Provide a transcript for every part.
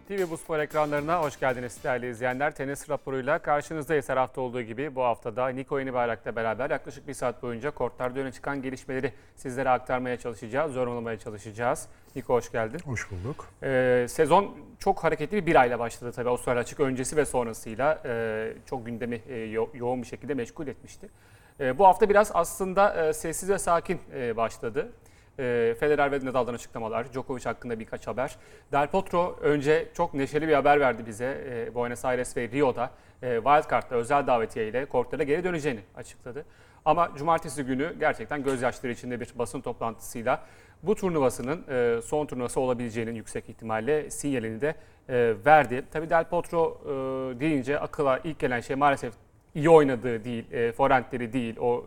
NTV Bu Spor ekranlarına hoş geldiniz değerli izleyenler. Tenis raporuyla karşınızdayız. Her hafta olduğu gibi bu haftada Niko Yenibayrak'la beraber yaklaşık bir saat boyunca kortlarda öne çıkan gelişmeleri sizlere aktarmaya çalışacağız, yorumlamaya çalışacağız. Niko hoş geldin. Hoş bulduk. Sezon çok hareketli bir ayla başladı tabii. Avustralya Açık öncesi ve sonrasıyla çok gündemi yoğun bir şekilde meşgul etmişti. Bu hafta biraz aslında sessiz ve sakin başladı. Federer ve Nadal'dan açıklamalar, Djokovic hakkında birkaç haber. Del Potro önce çok neşeli bir haber verdi bize. Buenos Aires ve Rio'da wildcard'da özel davetiye ile kortlara geri döneceğini açıkladı. Ama cumartesi günü gerçekten gözyaşları içinde bir basın toplantısıyla bu turnuvasının son turnuvası olabileceğinin yüksek ihtimalle sinyalini de verdi. Tabii Del Potro deyince akıla ilk gelen şey maalesef iyi oynadığı değil, forehandleri değil, o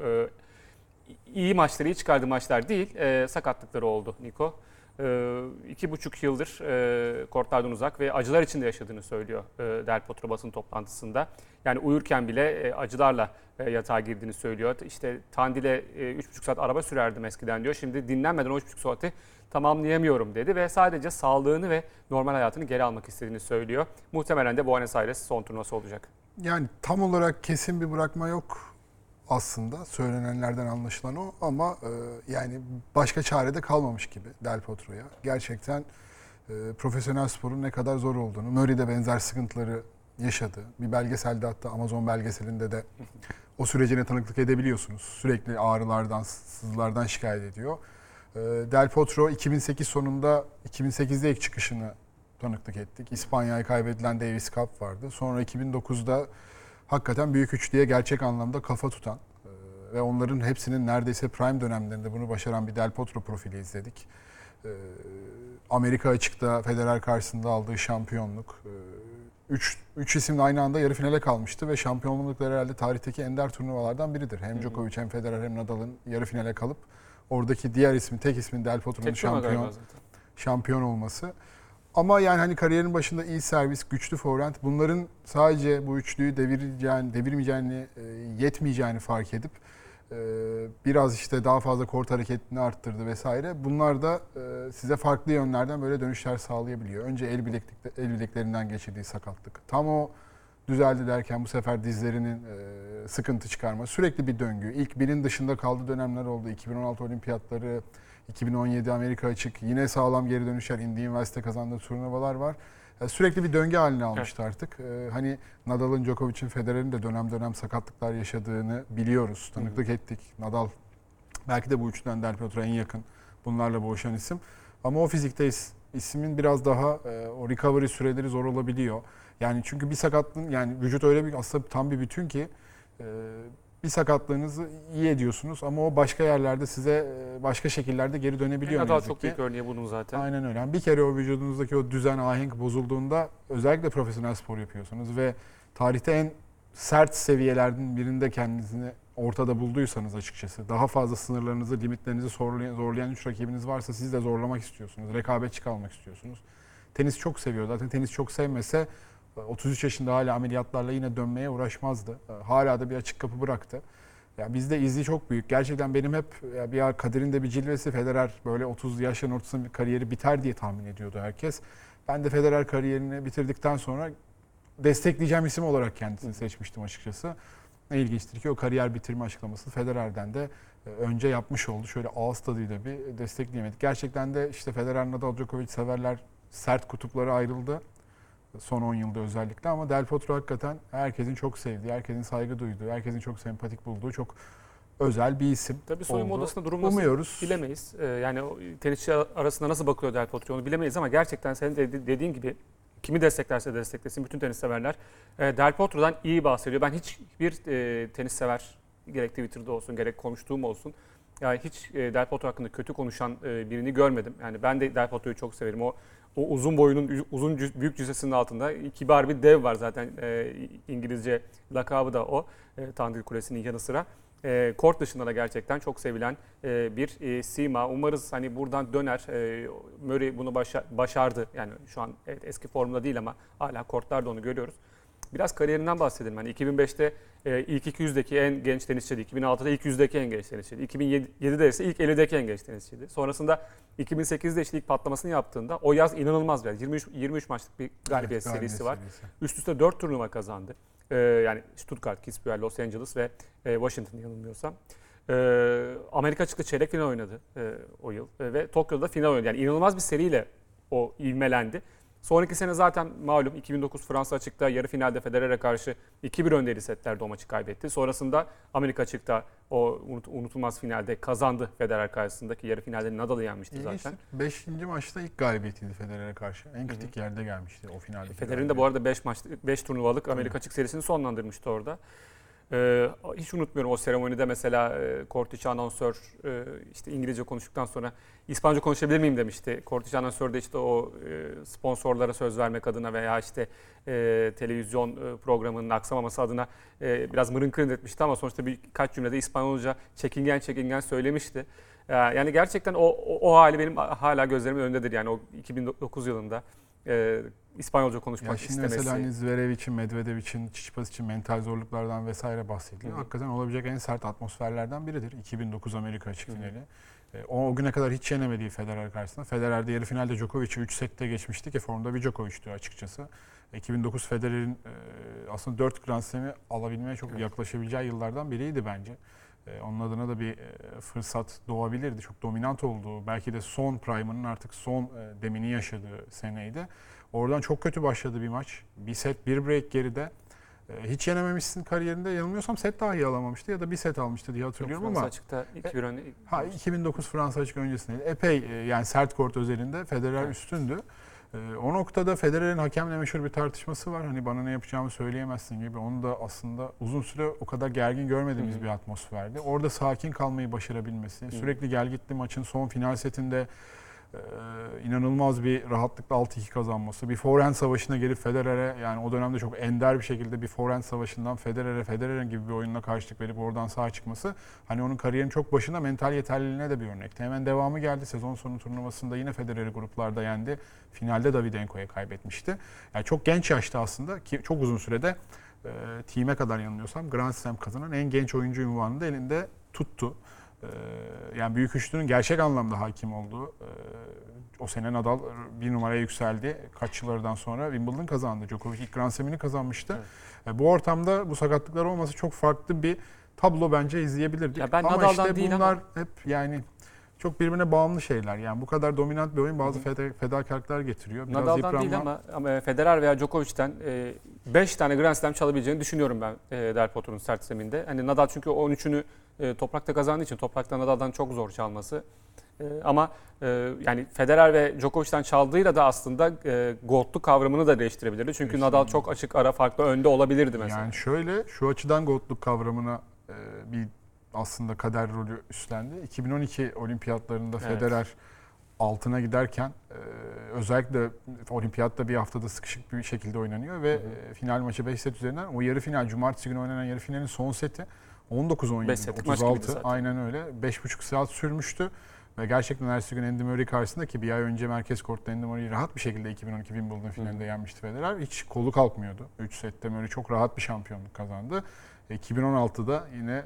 iyi maçları, iyi çıkardığı maçlar değil, sakatlıkları oldu Niko. 2,5 yıldır kortlardan uzak ve acılar içinde yaşadığını söylüyor Del Potro basın toplantısında. Yani uyurken bile acılarla yatağa girdiğini söylüyor. İşte Tandil'e 3,5 saat araba sürerdim eskiden diyor. Şimdi dinlenmeden o 3,5 saati tamamlayamıyorum dedi ve sadece sağlığını ve normal hayatını geri almak istediğini söylüyor. Muhtemelen de Buenos Aires son turnuvası olacak. Yani tam olarak kesin bir bırakma yok aslında, söylenenlerden anlaşılan o, ama yani başka çare de kalmamış gibi Del Potro'ya. Gerçekten profesyonel sporun ne kadar zor olduğunu, Murray de benzer sıkıntıları yaşadı. Bir belgeselde, hatta Amazon belgeselinde de o sürecine tanıklık edebiliyorsunuz. Sürekli ağrılardan, sızılardan şikayet ediyor. Del Potro 2008 sonunda, 2008'de ilk çıkışını tanıklık ettik. İspanya'ya kaybedilen Davis Cup vardı. Sonra 2009'da hakikaten büyük üç diye gerçek anlamda kafa tutan ve onların hepsinin neredeyse prime dönemlerinde bunu başaran bir Del Potro profili izledik. Amerika açıkta Federer karşısında aldığı şampiyonluk. Üç isim de aynı anda yarı finale kalmıştı ve şampiyonlukları herhalde tarihteki ender turnuvalardan biridir. Hem Djokovic hem Federer hem Nadal'ın yarı finale kalıp oradaki diğer ismin, tek ismin Del Potro'nun şampiyon olması. Ama yani hani kariyerin başında iyi servis, güçlü forehand, bunların sadece bu üçlüyü devirmeyeceğini, yetmeyeceğini fark edip biraz işte daha fazla kort hareketini arttırdı vesaire. Bunlar da size farklı yönlerden böyle dönüşler sağlayabiliyor. Önce el bileklerinden geçirdiği sakatlık. Tam o düzeldi derken bu sefer dizlerinin sıkıntı çıkarma. Sürekli bir döngü. İlk birin dışında kaldığı dönemler oldu. 2016 olimpiyatları, 2017 Amerika Açık, yine sağlam geri dönüşler, Indian Wells'te kazandığı turnuvalar var. Sürekli bir döngü haline almıştı artık. Hani Nadal'ın, Djokovic'in, Federer'in de dönem dönem sakatlıklar yaşadığını biliyoruz, tanıklık ettik. Nadal belki de bu üçlüden Del Potro en yakın bunlarla boğuşan isim. Ama o fizikte ismin biraz daha o recovery süreleri zor olabiliyor. Yani çünkü bir sakatlığın, yani vücut öyle bir aslında tam bir bütün ki bir sakatlığınızı iyi ediyorsunuz ama o başka yerlerde size başka şekillerde geri dönebiliyor. Nadal çok büyük örneği bunun zaten. Aynen öyle. Yani bir kere o vücudunuzdaki o düzen, ahenk bozulduğunda, özellikle profesyonel spor yapıyorsanız ve tarihte en sert seviyelerden birinde kendinizi ortada bulduysanız açıkçası, daha fazla sınırlarınızı, limitlerinizi zorlayan 3 rakibiniz varsa siz de zorlamak istiyorsunuz, rekabetçi kalmak istiyorsunuz. Tenis çok seviyor. Zaten tenis çok sevmese 33 yaşında hala ameliyatlarla yine dönmeye uğraşmazdı. Hala da bir açık kapı bıraktı. Ya bizde izi çok büyük. Gerçekten benim hep bir kaderin de bir cilvesi, Federer böyle 30 yaşın ortasında bir kariyeri biter diye tahmin ediyordu herkes. Ben de Federer kariyerini bitirdikten sonra destekleyeceğim isim olarak kendisini seçmiştim açıkçası. Ne ilginçtir ki o kariyer bitirme açıklaması Federer'den de önce yapmış oldu. Şöyle ağız tadıyla bir destekleyemedik. Gerçekten de işte Federer, Nadal, Djokovic severler sert kutuplara ayrıldı. Son 10 yılda özellikle, ama Del Potro hakikaten herkesin çok sevdiği, herkesin saygı duyduğu, herkesin çok sempatik bulduğu çok özel bir isim. Tabii soyunma odasında durum nasıl bilemeyiz. Yani tenisçi arasında nasıl bakıyor Del Potro onu bilemeyiz ama gerçekten senin dediğin gibi kimi desteklerse desteklesin bütün tenis severler Del Potro'dan iyi bahsediyor. Ben hiçbir tenis sever, gerek Twitter'da olsun gerek konuştuğum olsun, yani hiç Del Potro hakkında kötü konuşan birini görmedim. Yani ben de Del Potro'yu çok severim. O uzun boyunun, büyük cüssesinin altında kibar bir dev var zaten. İngilizce lakabı da o. Tandil Kulesi'nin yanı sıra. Kort dışında da gerçekten çok sevilen bir sima. Umarız hani buradan döner. Murray bunu başardı. Yani şu an evet, eski formda değil ama hala kortlarda onu görüyoruz. biraz kariyerinden bahsedelim. Yani 2005'te ilk 200'deki en genç tenisçiydi. 2006'da ilk 100'deki en genç tenisçiydi. 2007'de ise ilk 50'deki en genç tenisçiydi. Sonrasında 2008'de işte ilk patlamasını yaptığında o yaz inanılmaz bir 23 maçlık bir galibiyet serisi var. Üst üste 4 turnuva kazandı. Yani Stuttgart, Kitzbühel, Los Angeles ve Washington yanılmıyorsam. Amerika açıkta çeyrek final oynadı o yıl ve Tokyo'da final oynadı. Yani inanılmaz bir seriyle o ivmelendi. Sonraki sene zaten malum 2009 Fransa açıkta yarı finalde Federer'e karşı 2-1 öndeydi setlerde o maçı kaybetti. Sonrasında Amerika açıkta o unutulmaz finalde kazandı Federer karşısındaki yarı finalde Nadal'ı yenmişti zaten. 5. maçta ilk galibiyetiydi Federer'e karşı. En kritik yerde gelmişti o finalde. Federer'in de bu arada 5 turnuvalık Amerika açık serisini sonlandırmıştı orada. Hiç unutmuyorum o seremonide mesela Kortiç anonsör işte İngilizce konuştuktan sonra İspanyolca konuşabilir miyim demişti. Kortiç anonsör de işte o sponsorlara söz vermek adına veya işte televizyon programının aksamaması adına biraz mırın kırın etmişti ama sonuçta birkaç cümlede İspanyolca çekingen söylemişti. Yani gerçekten o hali benim hala gözlerimin önündedir yani o 2009 yılında. İspanyolca konuşmak şimdi istemesi. Mesela hani Zverev için, Medvedev için, Tsitsipas için mental zorluklardan vesaire bahsediliyor. Hakikaten olabilecek en sert atmosferlerden biridir. 2009 Amerika açık finali. O güne kadar hiç yenemediği Federer karşısında. Federer'de yarı finalde Djokovic'i 3 sette geçmişti ki formda bir Djokovic'ti açıkçası. 2009 Federer'in aslında 4 Grand Slam'i alabilmeye çok yaklaşabileceği yıllardan biriydi bence. Onun adına da bir fırsat doğabilirdi. Çok dominant olduğu, belki de son prime'ının artık son demini yaşadığı seneydi. Oradan çok kötü başladı bir maç. Bir set, bir break geride. Hiç yenememişsin kariyerinde. Yanılmıyorsam set dahi alamamıştı ya da bir set almıştı diye hatırlıyorum ama. Fransa açıkta 2-1 önde. 2009 Fransa açık öncesindeydi. Epey yani sert kort özelinde Federer üstündü. O noktada Federer'in hakemle meşhur bir tartışması var. Hani bana ne yapacağımı söyleyemezsin gibi. Onu da aslında uzun süre o kadar gergin görmediğimiz bir atmosferdi. Orada sakin kalmayı başarabilmesi, sürekli gelgitli maçın son final setinde inanılmaz bir rahatlıkla 6-2 kazanması. Bir forehand savaşına gelip Federer'e yani o dönemde çok ender bir şekilde bir forehand savaşından Federer'in gibi bir oyununa karşılık verip oradan sağ çıkması hani onun kariyerinin çok başında mental yeterliliğine de bir örnekti. Hemen devamı geldi. Sezon sonu turnuvasında yine Federer'i gruplarda yendi. Finalde Davydenko'ya kaybetmişti. Yani çok genç yaşta aslında ki çok uzun sürede team'e kadar yanılmıyorsam Grand Slam kazanan en genç oyuncu unvanını da elinde tuttu. Yani büyük üçlünün gerçek anlamda hakim olduğu o sene Nadal bir numaraya yükseldi. Kaç yıllardan sonra Wimbledon kazandı. Djokovic ilk Grand Slam'ini kazanmıştı. Bu ortamda bu sakatlıklar olması çok farklı bir tablo bence izleyebilirdik. Ya ben ama Nadal'dan işte değil bunlar ama hep yani çok birbirine bağımlı şeyler. Yani bu kadar dominant bir oyun bazı fedakarlıklar getiriyor. Biraz Nadal'dan değil ama Federer veya Djokovic'ten 5 tane Grand Slam çalabileceğini düşünüyorum ben Del Potro'nun sert zeminde. Hani Nadal çünkü 13'ünü toprakta kazandığı için toprakta Nadal'dan çok zor çalması. Ama yani Federer ve Djokovic'ten çaldığıyla da aslında gold'luk kavramını da değiştirebilirdi. Çünkü Nadal çok açık ara farklı önde olabilirdi mesela. Yani şöyle şu açıdan gold'luk kavramına bir aslında kader rolü üstlendi. 2012 olimpiyatlarında Federer altına giderken özellikle olimpiyatta bir haftada sıkışık bir şekilde oynanıyor ve final maçı 5 set üzerinden o yarı final cumartesi günü oynanan yarı finalin son seti 19-17 36 aynen öyle 5,5 saat sürmüştü. Ve gerçekten ertesi gün Andy Murray karşısında ki bir ay önce merkez kortta Andy Murray'i rahat bir şekilde 2012 Wimbledon finalinde yenmişti Federer. Hiç kolu kalkmıyordu. 3 sette Murray çok rahat bir şampiyonluk kazandı. 2016'da yine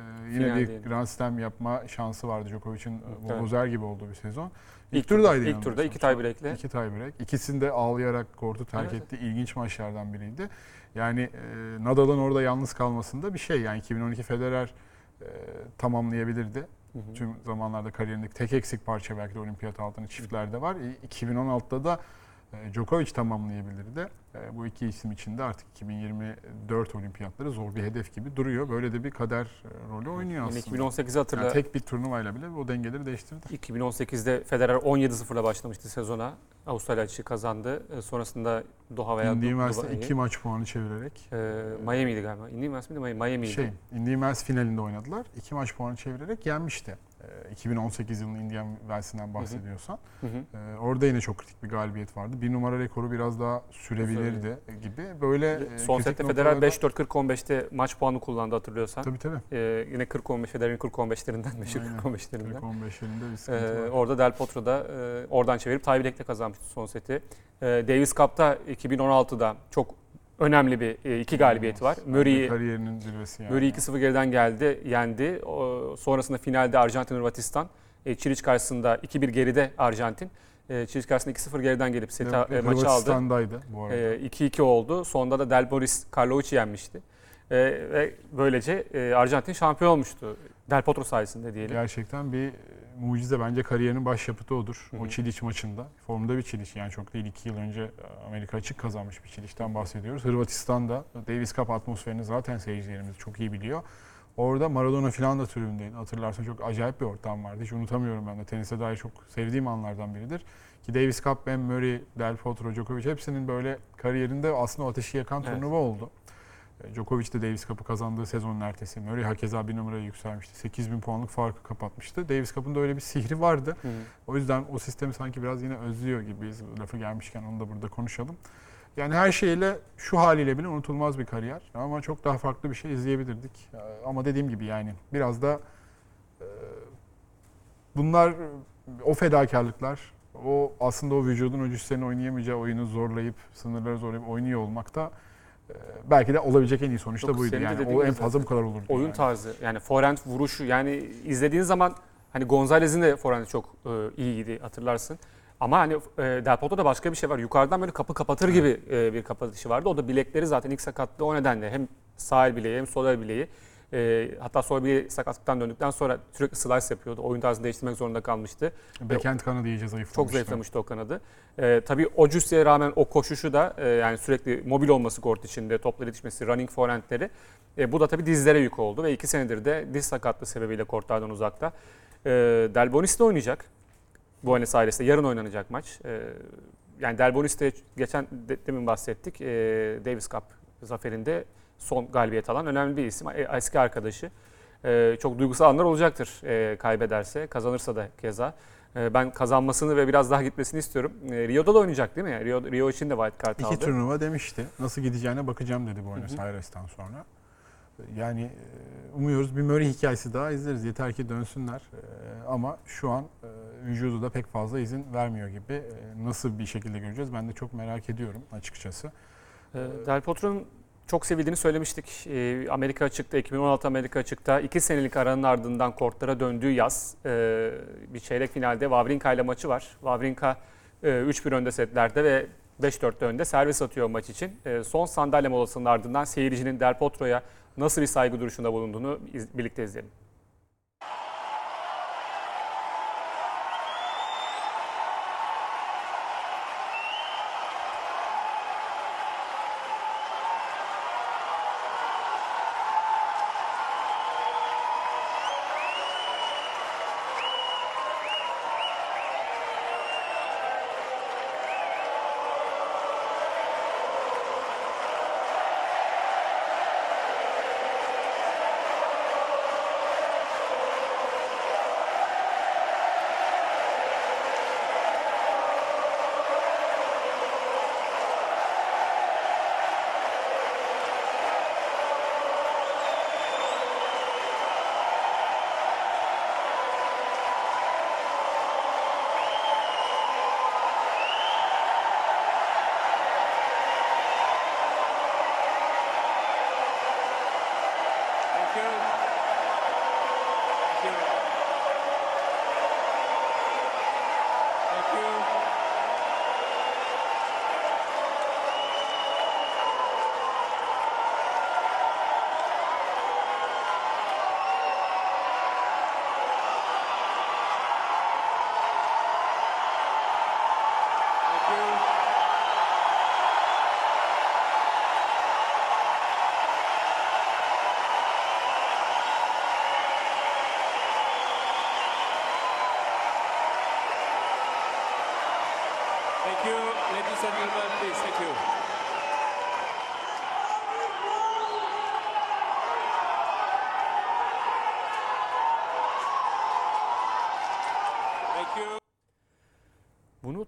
bir Grand Slam yapma şansı vardı Djokovic'in Bozer gibi olduğu bir sezon. İlk turdaydı. İlk turda 2 tiebreak'le. 2 tiebreak. İkisini de ağlayarak kortu terk etti. İlginç maçlardan biriydi. Yani Nadal'ın orada yalnız kalmasında bir şey. Yani 2012 Federer tamamlayabilirdi. Tüm zamanlarda kariyerindeki tek eksik parça belki de olimpiyat altını çiftlerde var. 2016'da da Djokovic tamamlayabilirdi. Bu iki isim için de artık 2024 olimpiyatları zor bir hedef gibi duruyor. Böyle de bir kader rolü oynuyor aslında. 2018'i hatırla. Yani tek bir turnuvayla bile o dengeleri değiştirdi. 2018'de Federer 17-0'la başlamıştı sezona. Avustralya açığı kazandı. Sonrasında Doha veya Indy Mills'te 2 maç puanı çevirerek. Miami'ydi galiba. Indy Mills miydi? Miami'ydi. Indy Mills finalinde oynadılar. 2 maç puanı çevirerek yenmişti. 2018 yılının Indian Wells'inden bahsediyorsan. Orada yine çok kritik bir galibiyet vardı. Bir numara rekoru biraz daha sürebilirdi gibi. Böyle son sette Federer 4-4 40-15'te maç puanı kullandı hatırlıyorsan. Tabii. Yine 40-15 Federer'in 40-15'lerinden meşhur 40-15'lerinden. 40-15'lerinde bir sıkıntı var. Orada Del Potro da oradan çevirip tiebreak'le kazanmıştı son seti. Davis Cup'ta 2016'da çok önemli bir iki galibiyeti var. Kariyerinin zirvesi yani. Murray 2-0 geriden geldi, yendi. Sonrasında finalde Arjantin-Hırvatistan. Çiliç karşısında 2-1 geride Arjantin. Çiliç karşısında 2-0 geriden gelip maçı aldı. Hırvatistan'daydı bu arada. 2-2 oldu. Sonunda da Del Boris Karlovic'i yenmişti. Ve böylece Arjantin şampiyon olmuştu. Del Potro sayesinde diyelim. Gerçekten bir mucize, bence kariyerinin başyapıtı odur. Hı hı. O Çiliç maçında. Formda bir Çiliç, yani çok değil, 2 yıl önce Amerika açık kazanmış bir Çiliç'ten bahsediyoruz. Hırvatistan'da Davis Cup atmosferini zaten seyircilerimiz çok iyi biliyor. Orada Maradona falan da tribündeydi. Hatırlarsan çok acayip bir ortam vardı. Hiç unutamıyorum ben de. Tenise dair çok sevdiğim anlardan biridir. Ki Davis Cup, hem Murray, Del Potro, Djokovic hepsinin böyle kariyerinde aslında o ateşi yakan turnuva oldu. Djokovic de Davis Cup'ı kazandığı sezonun ertesi. Murray hakeza bir numaraya yükselmişti. 8.000 puanlık farkı kapatmıştı. Davis Cup'ın da öyle bir sihri vardı. Hı hı. O yüzden o sistemi sanki biraz yine özlüyor gibiyiz. Lafı gelmişken onu da burada konuşalım. Yani her şeyle, şu haliyle bile unutulmaz bir kariyer. Ama çok daha farklı bir şey izleyebilirdik. Ama dediğim gibi yani biraz da bunlar, o fedakarlıklar, o aslında o vücudun, o cüssenin oynayamayacağı oyunu zorlayıp, sınırları zorlayıp oynuyor olmak da belki de olabilecek en iyi sonuç da buydu. Yani o en fazla bu kadar olurdu. Oyun yani. tarzı, yani forehand vuruşu, yani izlediğin zaman hani Gonzalez'in de forehand'i çok iyiydi, hatırlarsın. Ama hani Del Potro'da başka bir şey var. Yukarıdan böyle kapı kapatır gibi bir kapatışı vardı. O da bilekleri zaten ilk sakatlığı o nedenle. Hem sağ el bileği hem sol el bileği. Hatta sol bileği sakatlıktan döndükten sonra sürekli slice yapıyordu. Oyun tarzını değiştirmek zorunda kalmıştı. Backhand kanadı iyice zayıflamıştı. Çok zayıflamıştı o kanadı. Tabii o cüsseye rağmen o koşuşu da yani sürekli mobil olması kort içinde, topla yetişmesi, running forehandleri. Bu da tabii dizlere yük oldu ve 2 senedir de diz sakatlığı sebebiyle kortlardan uzakta. Del Bonis de oynayacak. Buenos Aires'te yarın oynanacak maç. Yani Del Bonis de geçen demin bahsettik. Davis Cup zaferinde son galibiyet alan önemli bir isim. Eski arkadaşı. Çok duygusal anlar olacaktır kaybederse. Kazanırsa da keza. Ben kazanmasını ve biraz daha gitmesini istiyorum. Rio'da da oynayacak değil mi? Rio için de wild card aldı. 2 turnuva demişti. Nasıl gideceğine bakacağım dedi Buenos Aires'ten sonra. Yani umuyoruz bir Murray hikayesi daha izleriz. Yeter ki dönsünler. Ama şu an vücudu da pek fazla izin vermiyor gibi. Nasıl bir şekilde göreceğiz? Ben de çok merak ediyorum açıkçası. Del Potro'nun çok sevildiğini söylemiştik. Amerika açıkta, 2016 Amerika açıkta 2 senelik aranın ardından kortlara döndüğü yaz bir çeyrek finalde Wawrinka ile maçı var. Wawrinka 3-1 önde setlerde ve 5-4'te önde servis atıyor maç için. Son sandalye molasının ardından seyircinin Del Potro'ya nasıl bir saygı duruşunda bulunduğunu birlikte izleyelim.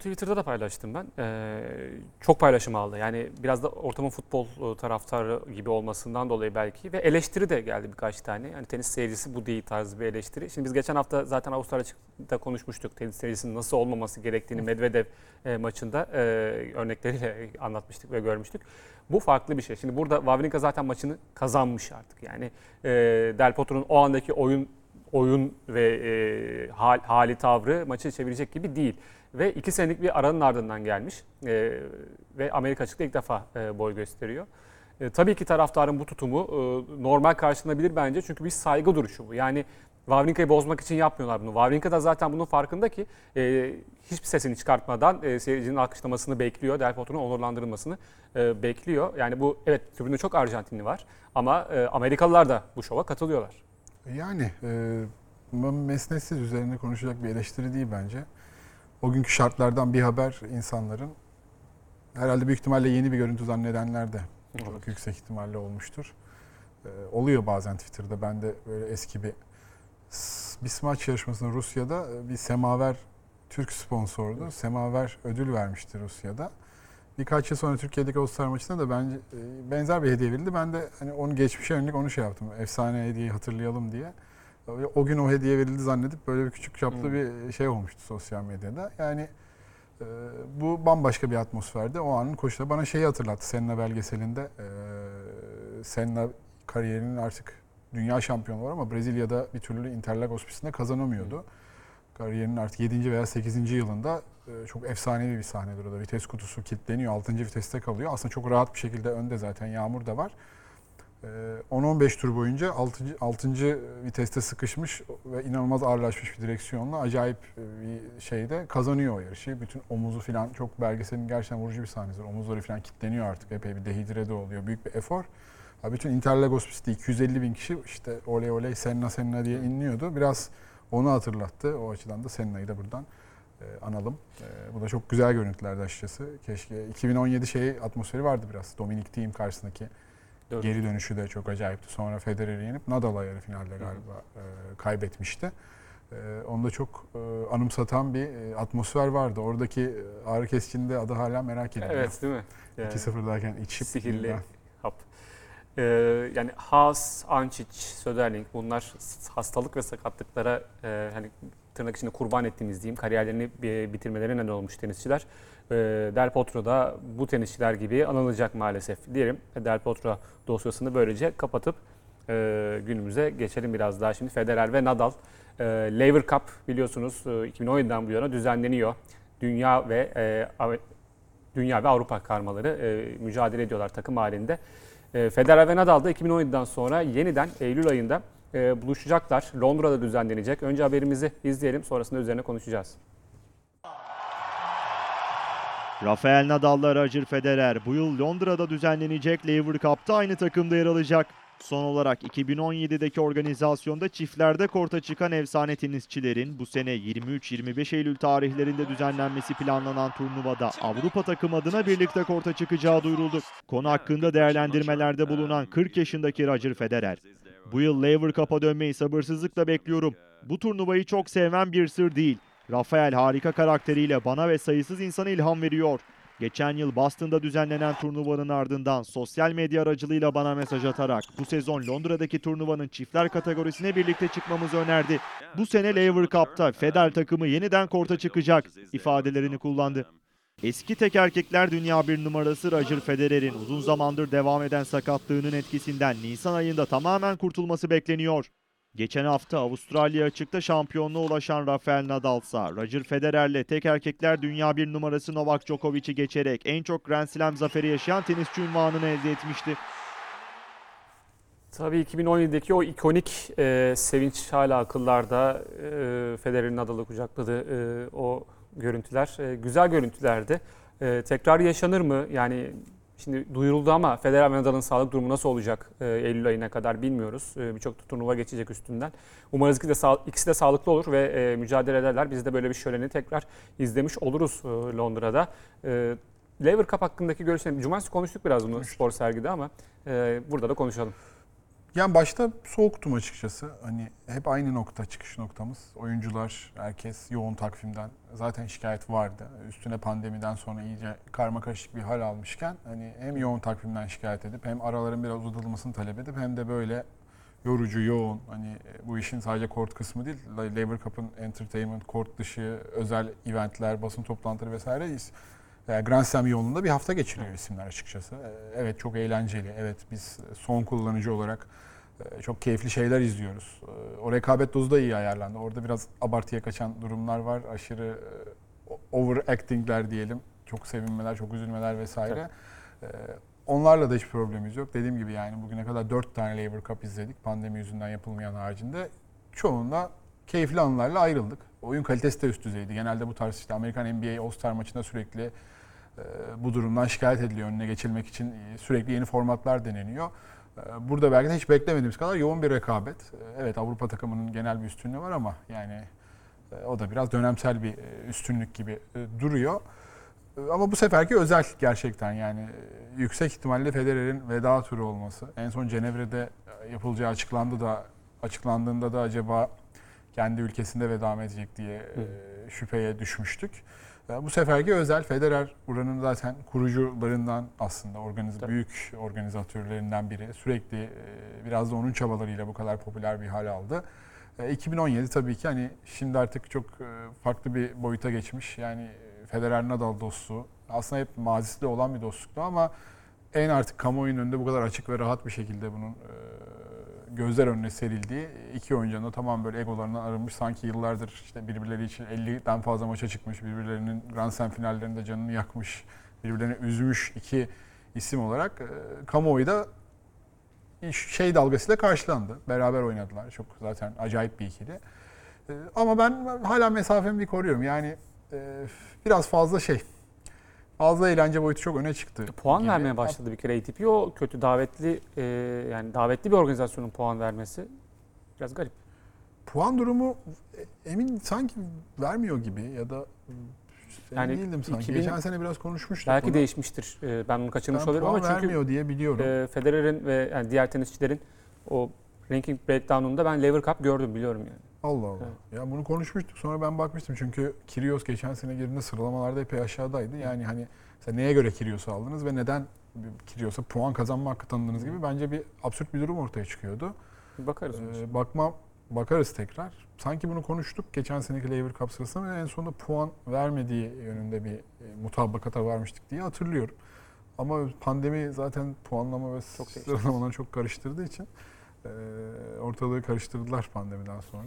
Twitter'da da paylaştım ben. Çok paylaşım aldı. Yani biraz da ortamın futbol taraftarı gibi olmasından dolayı belki. Ve eleştiri de geldi birkaç tane. Yani tenis seyircisi bu değil tarzı bir eleştiri. Şimdi biz geçen hafta zaten Avustralya açıkta konuşmuştuk. Tenis seyircisinin nasıl olmaması gerektiğini Medvedev maçında örnekleriyle anlatmıştık ve görmüştük. Bu farklı bir şey. Şimdi burada Wawrinka zaten maçını kazanmış artık. Yani Del Potro'nun o andaki oyun ve hali tavrı maçı çevirecek gibi değil. Ve 2 senelik bir aranın ardından gelmiş ve Amerika açıkta ilk defa boy gösteriyor. Tabii ki taraftarın bu tutumu normal karşılanabilir bence çünkü bir saygı duruşu bu. Yani Wawrinka'yı bozmak için yapmıyorlar bunu. Wawrinka da zaten bunun farkında ki hiçbir sesini çıkartmadan seyircinin alkışlamasını bekliyor. Del Potro'nun onurlandırılmasını bekliyor. Yani bu evet tribünde çok Arjantinli var ama Amerikalılar da bu şova katılıyorlar. Yani mesnetsiz üzerine konuşacak bir eleştiri değil bence. O günkü şartlardan bir haber insanların herhalde büyük ihtimalle yeni bir görüntü zannedenler de çok yüksek ihtimalle olmuştur. Oluyor bazen Twitter'da. Ben de böyle eski bir smaç yarışmasında Rusya'da bir Semaver Türk sponsordu. Semaver ödül vermişti Rusya'da. Birkaç yıl sonra Türkiye'deki All-Star maçında da bence benzer bir hediye verildi. Ben de hani onu geçmişe yönelik onu şey yaptım. Efsane hediyeyi hatırlayalım diye. O gün o hediye verildi zannedip böyle bir küçük çaplı bir şey olmuştu sosyal medyada. Yani bu bambaşka bir atmosferde. O anın koşuları bana şeyi hatırlattı. Senna belgeselinde Senna kariyerinin artık dünya şampiyonu var ama Brezilya'da bir türlü Interlagos pistinde kazanamıyordu. Kariyerinin artık 7. veya 8. yılında çok efsanevi bir sahnedir o da. Vites kutusu kilitleniyor. 6. viteste kalıyor. Aslında çok rahat bir şekilde önde zaten yağmur da var. 10-15 tur boyunca 6. viteste sıkışmış ve inanılmaz ağırlaşmış bir direksiyonla acayip bir şeyde kazanıyor o yarışı. Bütün omuzu falan çok belgeselin gerçekten vurucu bir sahnesidir. Omuzları falan kilitleniyor artık. Epey bir dehidre oluyor. Büyük bir efor. Bütün Interlagos pisti 250 bin kişi işte oley oley Senna Senna diye inliyordu. Biraz onu hatırlattı. O açıdan da Senna'yı da buradan analım. Bu da çok güzel görüntülerdi açıkçası. Keşke 2017 atmosferi vardı biraz. Dominic Thiem karşısındaki geri dönüşü de çok acayipti. Sonra Federer'i yenip Nadal'a yarı finalde galiba kaybetmişti. Onu da çok anımsatan bir atmosfer vardı. Oradaki ağrı kesicinin adı hala merak ediliyor. Evet değil mi? Yani, 2-0'dayken içip sihirli hap. Yani Haas, Ančić, Söderling bunlar hastalık ve sakatlıklara hani tırnak içinde kurban ettiğimiz diyeyim kariyerlerini bitirmelerine neden olmuş tenisçiler. Del Potro da bu tenisçiler gibi anılacak maalesef diyelim. Del Potro dosyasını böylece kapatıp günümüze geçelim biraz daha. Şimdi Federer ve Nadal Laver Cup biliyorsunuz 2017'den bu yana düzenleniyor. Dünya ve Avrupa karmaları mücadele ediyorlar takım halinde. Federer ve Nadal da 2017'den sonra yeniden Eylül ayında buluşacaklar. Londra'da düzenlenecek. Önce haberimizi izleyelim, sonrasında üzerine konuşacağız. Rafael Nadal'la Roger Federer bu yıl Londra'da düzenlenecek Laver Cup'ta aynı takımda yer alacak. Son olarak 2017'deki organizasyonda çiftlerde korta çıkan efsane tenisçilerin bu sene 23-25 Eylül tarihlerinde düzenlenmesi planlanan turnuvada Avrupa takım adına birlikte korta çıkacağı duyuruldu. Konu hakkında değerlendirmelerde bulunan 40 yaşındaki Roger Federer, "Bu yıl Laver Cup'a dönmeyi sabırsızlıkla bekliyorum. Bu turnuvayı çok sevmem bir sır değil. Rafael harika karakteriyle bana ve sayısız insana ilham veriyor. Geçen yıl Boston'da düzenlenen turnuvanın ardından sosyal medya aracılığıyla bana mesaj atarak bu sezon Londra'daki turnuvanın çiftler kategorisine birlikte çıkmamızı önerdi. Bu sene Laver Cup'ta Federer takımı yeniden korta çıkacak" ifadelerini kullandı. Eski tek erkekler dünya bir numarası Roger Federer'in uzun zamandır devam eden sakatlığının etkisinden Nisan ayında tamamen kurtulması bekleniyor. Geçen hafta Avustralya açıkta şampiyonluğa ulaşan Rafael Nadal ise Roger Federer'le tek erkekler dünya bir numarası Novak Djokovic'i geçerek en çok Grand Slam zaferi yaşayan tenisçi unvanını elde etmişti. Tabii 2017'deki o ikonik sevinç hala akıllarda. Federer'in Nadal'ı kucakladığı o görüntüler güzel görüntülerdi. Tekrar yaşanır mı? Yani şimdi duyuruldu ama Federer ve Nadal'ın sağlık durumu nasıl olacak Eylül ayına kadar bilmiyoruz. Birçok turnuva geçecek üstünden. Umarız ki ikisi de sağlıklı olur ve mücadele ederler. Biz de böyle bir şöleni tekrar izlemiş oluruz Londra'da. Laver Cup hakkındaki görüşlerimi, cumartesi konuştuk biraz bunu spor sergide ama burada da konuşalım. Yani başta soğuktum açıkçası. Hani hep aynı nokta, çıkış noktamız. Oyuncular, herkes yoğun takvimden. Zaten şikayet vardı. Üstüne pandemiden sonra iyice karmakarışık bir hal almışken hani hem yoğun takvimden şikayet edip hem araların biraz uzatılmasını talep edip hem de böyle yorucu, yoğun, hani bu işin sadece kort kısmı değil, Laver Cup'ın entertainment, kort dışı, özel eventler, basın toplantıları vesaire Grand Slam yoğunluğunda bir hafta geçiriyor isimler açıkçası. Evet, çok eğlenceli. Evet, biz son kullanıcı olarak çok keyifli şeyler izliyoruz. O rekabet dozu da iyi ayarlandı. Orada biraz abartıya kaçan durumlar var. Aşırı overactingler diyelim. Çok sevinmeler, çok üzülmeler vesaire. Onlarla da hiç problemimiz yok. Dediğim gibi yani bugüne kadar 4 tane Laver Cup izledik. Pandemi yüzünden yapılmayan haricinde. Çoğunda keyifli anlarla ayrıldık. Oyun kalitesi de üst düzeydi. Genelde bu tarz işte Amerikan NBA All-Star maçında sürekli bu durumdan şikayet ediliyor. Önüne geçilmek için sürekli yeni formatlar deneniyor. Burada belki de hiç beklemediğimiz kadar yoğun bir rekabet. Evet, Avrupa takımının genel bir üstünlüğü var ama yani o da biraz dönemsel bir üstünlük gibi duruyor. Ama bu seferki özel gerçekten, yani yüksek ihtimalle Federer'in veda turu olması. En son Cenevre'de yapılacağı açıklandığında da acaba kendi ülkesinde veda mı edecek diye şüpheye düşmüştük. Bu seferki özel. Federer buranın zaten kurucularından, aslında büyük organizatörlerinden biri. Sürekli biraz da onun çabalarıyla bu kadar popüler bir hal aldı. 2017 tabii ki hani şimdi artık çok farklı bir boyuta geçmiş. Yani Federer-Nadal dostluğu aslında hep mazisi olan bir dostluktu ama en artık kamuoyunun önünde bu kadar açık ve rahat bir şekilde bunun gözler önüne serildiği iki oyuncunun da tamam böyle egolarından arınmış, sanki yıllardır işte birbirleri için 50'den fazla maça çıkmış, birbirlerinin Grand Slam finallerinde canını yakmış, birbirlerini üzmüş iki isim olarak kamuoyu da şey dalgasıyla karşılandı. Beraber oynadılar. Çok zaten acayip bir ikili. Ama ben hala mesafemi bir koruyorum. Yani biraz fazla fazla eğlence boyutu çok öne çıktı. Puan gibi. vermeye başladı bir kere ATP. O kötü davetli yani davetli bir organizasyonun puan vermesi biraz garip. Puan durumu emin sanki vermiyor gibi ya da Yani değildim sanki. Geçen sene biraz konuşmuştuk belki bunu. değişmiştir. Ben onu kaçırmış olabilirim puan ama çünkü vermiyor diye biliyorum. Federer'in ve yani diğer tenisçilerin o ranking breakdown'unda ben Laver Cup gördüm, biliyorum yani. Allah Allah. Evet. Ya bunu konuşmuştuk. Sonra ben bakmıştım çünkü Kyrgios geçen sene girdiğinde sıralamalarda epey aşağıdaydı. Yani hani neye göre Kyrgios'u aldınız ve neden Kyrgios'a puan kazanma hakkı tanıdığınız gibi bence bir absürt bir durum ortaya çıkıyordu. Bakarız. Bakarız tekrar. Sanki bunu konuştuk geçen seneki Laver Cup sırasında ve en sonunda puan vermediği yönünde bir mutabakata varmıştık diye hatırlıyorum. Ama pandemi zaten puanlama ve sıralamaları çok karıştırdığı için ortalığı karıştırdılar pandemiden sonra.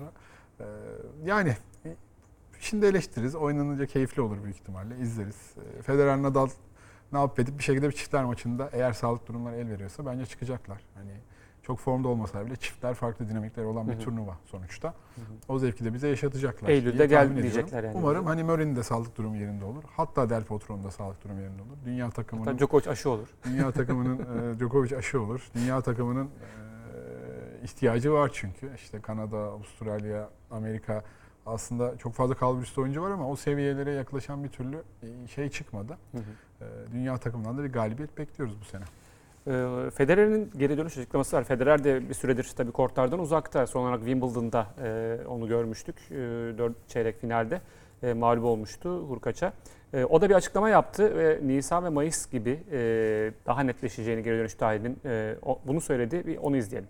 Yani şimdi eleştiririz. Oynanınca keyifli olur büyük ihtimalle. İzleriz. Federer Nadal ne yapıp edip bir şekilde bir çiftler maçında eğer sağlık durumları el veriyorsa bence çıkacaklar. Hani çok formda olmasalar bile çiftler farklı dinamikleri olan bir turnuva sonuçta. O zevki de bize yaşatacaklar. Eylül'de gel diyecekler yani. Umarım hani Murray'nin de sağlık durumu yerinde olur. Hatta Del Potro'nun da sağlık durumu yerinde olur. Dünya takımının... Hatta Djokovic aşı olur. Dünya takımının Djokovic aşı olur. Dünya takımının ihtiyacı var çünkü. İşte Kanada, Avustralya, Amerika aslında çok fazla kalburüstü oyuncu var ama o seviyelere yaklaşan bir türlü şey çıkmadı. Dünya takımından da bir galibiyet bekliyoruz bu sene. Federer'in geri dönüş açıklaması var. Federer de bir süredir tabii kortlardan uzakta. Son olarak Wimbledon'da onu görmüştük. 4 çeyrek finalde mağlup olmuştu Hurkaç'a. O da bir açıklama yaptı ve Nisan ve Mayıs gibi daha netleşeceğini geri dönüş tarihinin bunu söyledi. Onu izleyelim.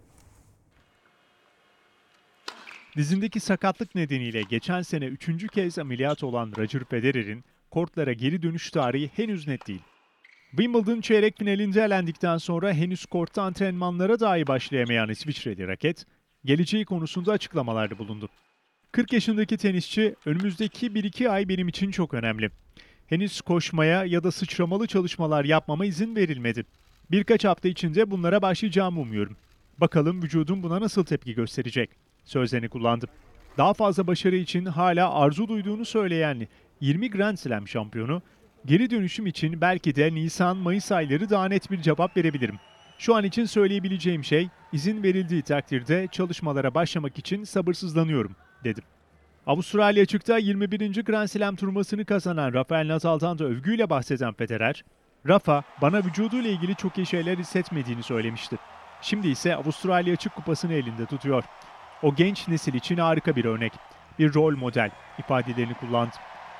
Dizindeki sakatlık nedeniyle geçen sene 3. kez ameliyat olan Roger Federer'in kortlara geri dönüş tarihi henüz net değil. Wimbledon çeyrek finalinde elendikten sonra henüz kortta antrenmanlara dahi başlayamayan İsviçreli raket, geleceği konusunda açıklamalarda bulundu. 40 yaşındaki tenisçi, önümüzdeki 1-2 ay benim için çok önemli. Henüz koşmaya ya da sıçramalı çalışmalar yapmama izin verilmedi. Birkaç hafta içinde bunlara başlayacağımı umuyorum. Bakalım vücudum buna nasıl tepki gösterecek sözlerini kullandı. Daha fazla başarı için hala arzu duyduğunu söyleyen 20 Grand Slam şampiyonu, geri dönüşüm için belki de Nisan-Mayıs ayları daha net bir cevap verebilirim. Şu an için söyleyebileceğim şey, izin verildiği takdirde çalışmalara başlamak için sabırsızlanıyorum, dedi. Avustralya açıkta 21. Grand Slam turnuvasını kazanan Rafael Nadal'dan da övgüyle bahseden Federer, Rafa bana vücuduyla ilgili çok iyi şeyler hissetmediğini söylemişti. Şimdi ise Avustralya Açık Kupası'nı elinde tutuyor. O genç nesil için harika bir örnek. Bir rol model ifadelerini kullandı.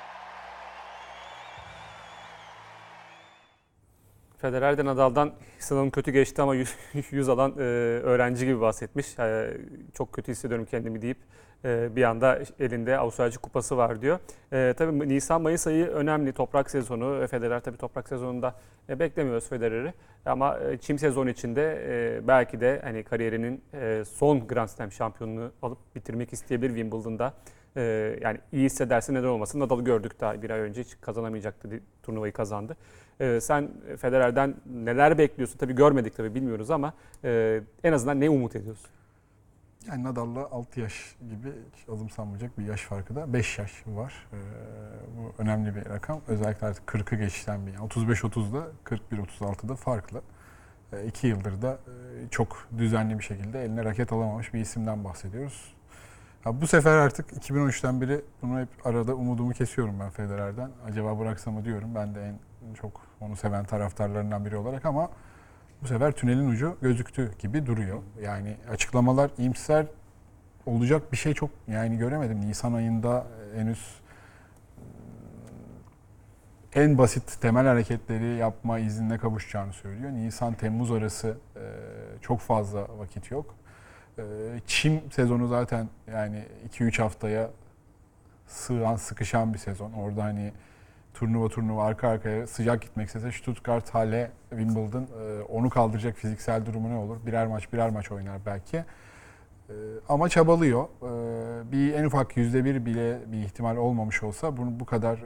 Federer de Nadal'dan sınavım kötü geçti ama 100 alan öğrenci gibi bahsetmiş. Çok kötü hissediyorum kendimi deyip bir anda elinde Avustralya Açık Kupası var diyor. Tabii Nisan-Mayıs ayı önemli. Toprak sezonu. Federer tabii toprak sezonunda beklemiyoruz Federer'i. Ama çim sezonu içinde belki de hani kariyerinin son Grand Slam şampiyonluğunu alıp bitirmek isteyebilir Wimbledon'da. Yani iyi hissederse neden olmasın. Nadal'ı gördük daha bir ay önce, hiç kazanamayacaktı, turnuvayı kazandı. Sen Federer'den neler bekliyorsun? Tabii görmedik, tabii bilmiyoruz ama en azından ne umut ediyorsun? Yani Nadal'la 6 yaş gibi hiç azımsanmayacak bir yaş farkı da 5 yaş var. Bu önemli bir rakam. Özellikle artık 40'ı geçten bir. Yani 35-30'da 41-36'da farklı. 2 yıldır da çok düzenli bir şekilde eline raket alamamış bir isimden bahsediyoruz. Bu sefer artık 2013'ten beri bunu hep arada umudumu kesiyorum ben Federer'den. Acaba bıraksam mı diyorum. Ben de en çok onu seven taraftarlarından biri olarak ama bu sefer tünelin ucu gözüktü gibi duruyor. Yani açıklamalar iyimser olacak bir şey çok yani göremedim. Nisan ayında henüz en basit temel hareketleri yapma iznine kavuşacağını söylüyor. Nisan-Temmuz arası çok fazla vakit yok. Çim sezonu zaten yani 2-3 haftaya sığan, sıkışan bir sezon. Orada hani turnuva arka arkaya sıcak gitmek istese Stuttgart, Halle, Wimbledon onu kaldıracak fiziksel durumu ne olur? Birer maç oynar belki. Ama çabalıyor. Bir en ufak %1 bile bir ihtimal olmamış olsa bunu bu kadar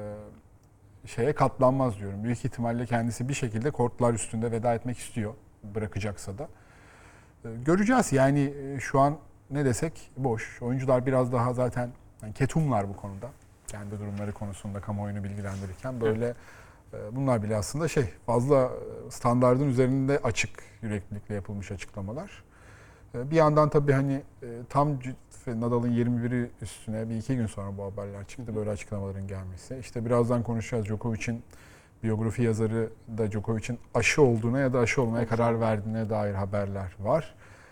şeye katlanmaz diyorum. Büyük ihtimalle kendisi bir şekilde kortlar üstünde veda etmek istiyor, bırakacaksa da. Göreceğiz yani şu an ne desek boş. Oyuncular biraz daha zaten yani ketumlar bu konuda. Kendi durumları konusunda kamuoyunu bilgilendirirken böyle bunlar bile aslında fazla standardın üzerinde açık yüreklilikle yapılmış açıklamalar. Bir yandan tabii hani tam Nadal'ın 21'i üstüne bir iki gün sonra bu haberler çıktı. Böyle açıklamaların gelmesi. İşte birazdan konuşacağız. Djokovic'in biyografi yazarı da Djokovic'in aşı olduğuna ya da aşı olmaya karar verdiğine dair haberler var.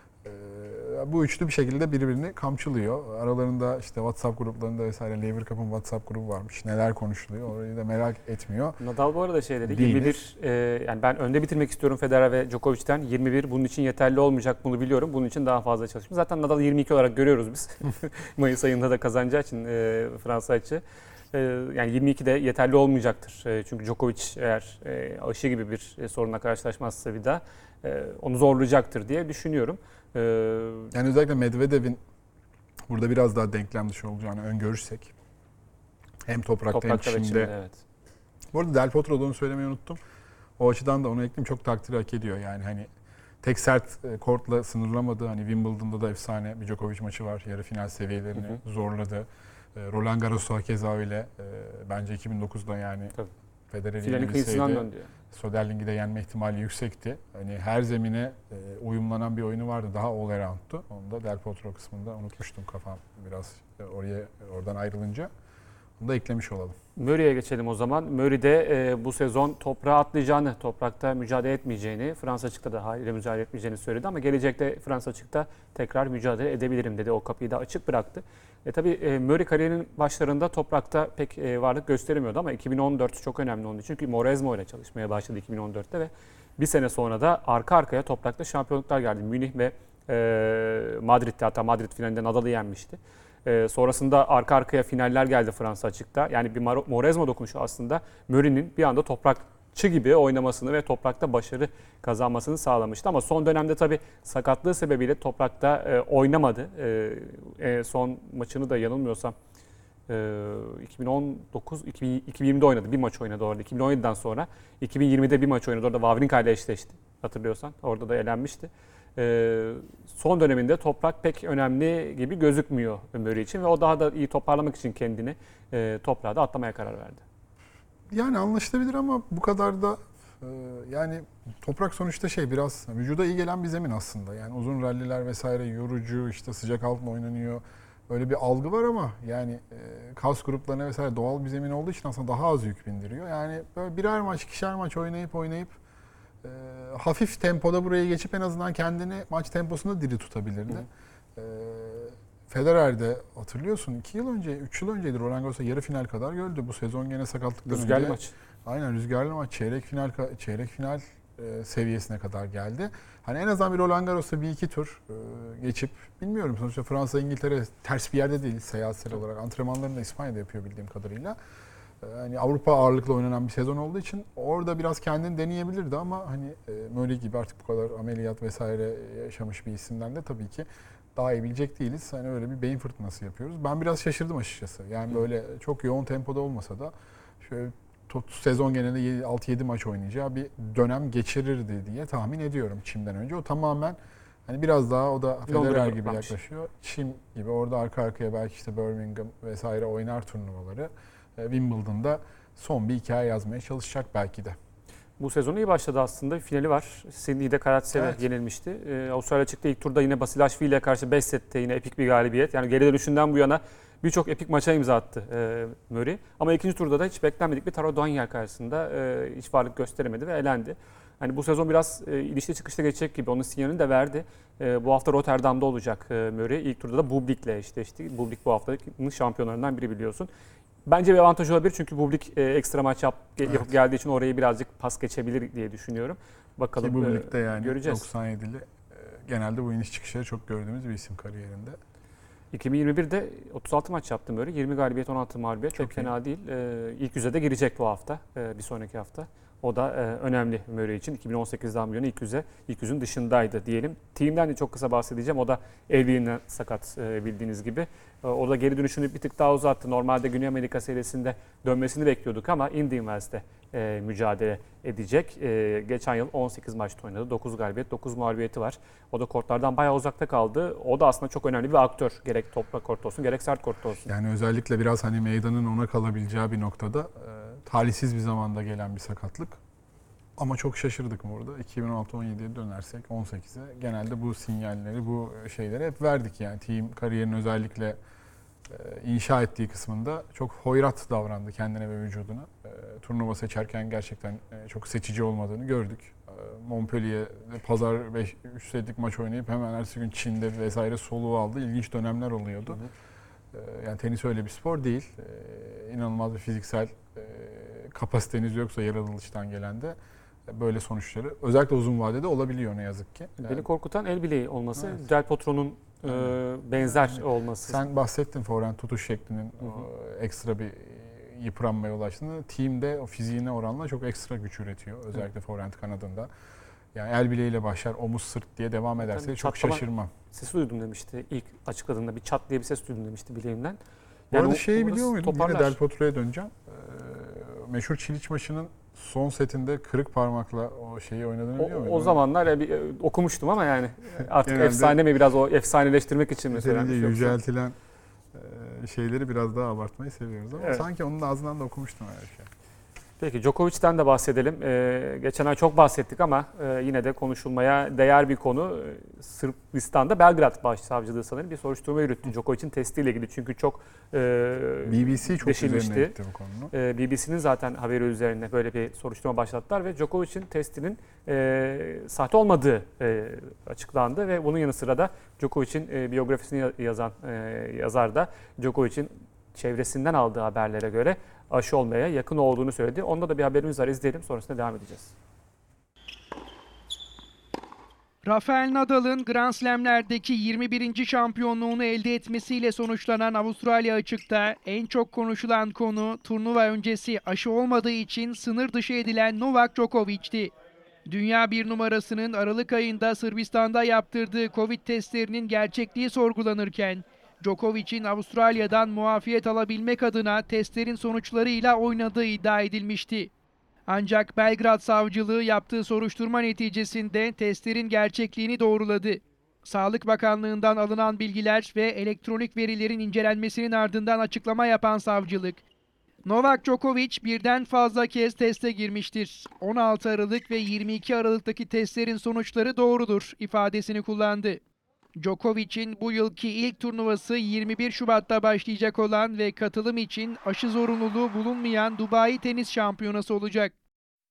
Bu üçlü bir şekilde birbirini kamçılıyor. Aralarında işte WhatsApp gruplarında vesaire Lever Cup'ın WhatsApp grubu varmış. Neler konuşuluyor orayı da merak etmiyor. Nadal bu arada dedi Değiliz. 21 yani ben önde bitirmek istiyorum Federer ve Djokovic'ten. 21 bunun için yeterli olmayacak, bunu biliyorum. Bunun için daha fazla çalışmış. Zaten Nadal 22 olarak görüyoruz biz. Mayıs ayında da kazanacağı için Fransa açığı. Yani 22 de yeterli olmayacaktır. Çünkü Djokovic eğer aşı gibi bir sorunla karşılaşmazsa bir daha onu zorlayacaktır diye düşünüyorum. Yani özellikle Medvedev'in burada biraz daha denklem dışı olacağını öngörürsek hem toprakta hem çimde. Evet. Bu arada Del Potro'da onu söylemeyi unuttum. O açıdan da onu ekleyeyim, çok takdir hak ediyor. Yani hani tek sert kortla sınırlamadı. Hani Wimbledon'da da efsane bir Djokovic maçı var. Yarı final seviyelerini zorladı. Roland Garros'ta keza öyle. Bence 2009'da yani Federer'i yenebilseydi Soderling'i de yenme ihtimali yüksekti. Hani her zemine uyumlanan bir oyunu vardı. Daha all around'tu. Onu da Del Potro kısmında unutmuştum, kafam biraz oradan ayrılınca. Bunu da eklemiş olalım. Murray'e geçelim o zaman. Murray de bu sezon toprağa atlayacağını, toprakta mücadele etmeyeceğini, Fransa Açık'ta da haliyle mücadele etmeyeceğini söyledi ama gelecekte Fransa Açık'ta tekrar mücadele edebilirim dedi. O kapıyı da açık bıraktı. Tabii Murray kariyerinin başlarında toprakta pek varlık gösteremiyordu ama 2014 çok önemli onun için. Çünkü Moresmo ile çalışmaya başladı 2014'te ve bir sene sonra da arka arkaya toprakta şampiyonluklar geldi. Münih ve Madrid'de, hatta Madrid finalinde Nadal'ı yenmişti. Sonrasında arka arkaya finaller geldi Fransa Açık'ta. Yani bir Moresmo dokunuşu aslında Murray'nin bir anda toprakçı gibi oynamasını ve toprakta başarı kazanmasını sağlamıştı. Ama son dönemde tabii sakatlığı sebebiyle toprakta oynamadı. Son maçını da yanılmıyorsam 2020'de oynadı. Bir maç oynadı orada. 2017'den sonra 2020'de bir maç oynadı. Orada Wawrinka ile eşleşti. Hatırlıyorsan. Orada da elenmişti. Son döneminde toprak pek önemli gibi gözükmüyor Murray için ve o daha da iyi toparlamak için kendini toprağa da atlamaya karar verdi. Yani anlaşılabilir ama bu kadar da yani toprak sonuçta biraz vücuda iyi gelen bir zemin aslında. Yani uzun ralliler vesaire yorucu, işte sıcak altında oynanıyor. Öyle bir algı var ama yani kas gruplarına vesaire doğal bir zemin olduğu için aslında daha az yük bindiriyor. Yani böyle birer maç, ikişer maç oynayıp hafif tempoda buraya geçip en azından kendini maç temposunda diri tutabilirdi. Federer'de hatırlıyorsun 2 yıl önce, 3 yıl önceydi Roland Garros'a yarı final kadar gördü. Bu sezon gene sakatlıktan Rüzgarlı önce. maç. Aynen rüzgarlı maç. Çeyrek final seviyesine kadar geldi. Hani en azından bir Roland Garros'ta bir iki tur geçip bilmiyorum sonuçta Fransa, İngiltere ters bir yerde değil seyahatsel olarak. Antrenmanlarını da İspanya'da yapıyor bildiğim kadarıyla. Hani Avrupa ağırlıklı oynanan bir sezon olduğu için orada biraz kendini deneyebilirdi ama hani Murray gibi artık bu kadar ameliyat vesaire yaşamış bir isimden de tabii ki daha iyi bilecek değiliz. Hani öyle bir beyin fırtınası yapıyoruz. Ben biraz şaşırdım açıkçası. Yani böyle çok yoğun tempoda olmasa da şöyle sezon genelinde 6-7 maç oynayacağı bir dönem geçirirdi diye tahmin ediyorum Çim'den önce. O tamamen hani biraz daha o da Federer gibi yaklaşıyor. Çim gibi orada arka arkaya belki işte Birmingham vesaire oynar turnuvaları. Wimbledon'da son bir hikaye yazmaya çalışacak belki de. Bu sezon iyi başladı aslında. Finali var. Sydney'de Karatsev'e yenilmişti. Avustralya çıktı ilk turda yine Basilashvili'ye karşı 5 sette yine epik bir galibiyet. Yani geri dönüşünden bu yana birçok epik maça imza attı Murray. Ama ikinci turda da hiç beklenmedik bir Taro Daniel karşısında hiç varlık gösteremedi ve elendi. Hani bu sezon biraz inişli çıkışta geçecek gibi onun sinyalini de verdi. Bu hafta Rotterdam'da olacak Murray. İlk turda da Bublik'le eşleşti. Bublik bu haftanın şampiyonlarından biri biliyorsun. Bence bir avantaj olabilir çünkü Bublik ekstra maç yapıp geldiği için orayı birazcık pas geçebilir diye düşünüyorum. Bakalım. Ki Bublik'te yani göreceğiz. 97'li genelde bu iniş çıkışları çok gördüğümüz bir isim kariyerinde. 2021'de 36 maç yaptım böyle. 20 galibiyet, 16 mağlubiyet. Çok fena değil. İlk yüze de girecek bu hafta, bir sonraki hafta. O da önemli Murray için. 2018'den bu yana ilk yüzün dışındaydı diyelim. Team'den de çok kısa bahsedeceğim. O da el bileğinden sakat bildiğiniz gibi. O da geri dönüşünü bir tık daha uzattı. Normalde Güney Amerika serisinde dönmesini bekliyorduk ama Indian Wells'te mücadele edecek. Geçen yıl 18 maçta oynadı. 9 galibiyet, 9 mağlubiyeti var. O da kortlardan bayağı uzakta kaldı. O da aslında çok önemli bir aktör. Gerek toprak kort olsun, gerek sert kort olsun. Yani özellikle biraz hani meydanın ona kalabileceği bir noktada talihsiz bir zamanda gelen bir sakatlık. Ama çok şaşırdık mı orada? 2016-17'ye dönersek 18'e genelde bu sinyalleri, bu şeyleri hep verdik yani. Team kariyerinin özellikle inşa ettiği kısmında çok hoyrat davrandı kendine ve vücuduna. Turnuva seçerken gerçekten çok seçici olmadığını gördük. Montpellier'de pazar 3 setlik maç oynayıp hemen ertesi gün Çin'de vesaire soluğu aldı. İlginç dönemler oluyordu. Yani tenis öyle bir spor değil. İnanılmaz bir fiziksel kapasiteniz yoksa yaratılıştan gelen de böyle sonuçları özellikle uzun vadede olabiliyor ne yazık ki. Beni korkutan el bileği olması, Del Potro'nun benzer olması. Sen bahsettin forehand tutuş şeklinin ekstra bir yıpranmaya ulaştığını. Team'de o fiziğine oranla çok ekstra güç üretiyor. Özellikle forehand kanadında. Yani el bileğiyle başlar, omuz sırt diye devam ederse Tabii çok çatlama şaşırmam. Sesi duydum demişti. İlk açıkladığında bir çat diye bir ses duydum demişti bileğimden. Bu arada şeyi biliyor muydun? Toparlar. Yine Del Potro'ya döneceğim. Meşhur Çiliç maçının son setinde kırık parmakla o şeyi oynadığını biliyor muydun? O zamanlar okumuştum ama yani artık Genelde efsane mi biraz o efsaneleştirmek için mesela. Üzerinde yüceltilen şeyleri biraz daha abartmayı seviyoruz ama Evet. sanki onun ağzından da okumuştum öyle şey. Peki Djokovic'ten de bahsedelim. Geçen ay çok bahsettik ama yine de konuşulmaya değer bir konu. Sırbistan'da Belgrad Başsavcılığı sanırım bir soruşturma yürüttü Djokovic'in testiyle ilgili. Çünkü çok BBC çok üzerine deşilmişti. gitti bu konunun. BBC'nin zaten haberi üzerine böyle bir soruşturma başlattılar ve Djokovic'in testinin sahte olmadığı açıklandı ve bunun yanı sıra da Djokovic'in biyografisini yazan yazar da Djokovic'in çevresinden aldığı haberlere göre aşı olmaya yakın olduğunu söyledi. Onda da bir haberimiz var. İzleyelim. Sonrasında devam edeceğiz. Rafael Nadal'ın Grand Slam'lerdeki 21. şampiyonluğunu elde etmesiyle sonuçlanan Avustralya Açık'ta en çok konuşulan konu turnuva öncesi aşı olmadığı için sınır dışı edilen Novak Djokovic'ti. Dünya bir numarasının Aralık ayında Sırbistan'da yaptırdığı Covid testlerinin gerçekliği sorgulanırken Djokovic'in Avustralya'dan muafiyet alabilmek adına testlerin sonuçlarıyla oynadığı iddia edilmişti. Ancak Belgrad Savcılığı yaptığı soruşturma neticesinde testlerin gerçekliğini doğruladı. Sağlık Bakanlığı'ndan alınan bilgiler ve elektronik verilerin incelenmesinin ardından açıklama yapan savcılık, Novak Djokovic birden fazla kez teste girmiştir. 16 Aralık ve 22 Aralık'taki testlerin sonuçları doğrudur ifadesini kullandı. Djokovic'in bu yılki ilk turnuvası 21 Şubat'ta başlayacak olan ve katılım için aşı zorunluluğu bulunmayan Dubai Tenis Şampiyonası olacak.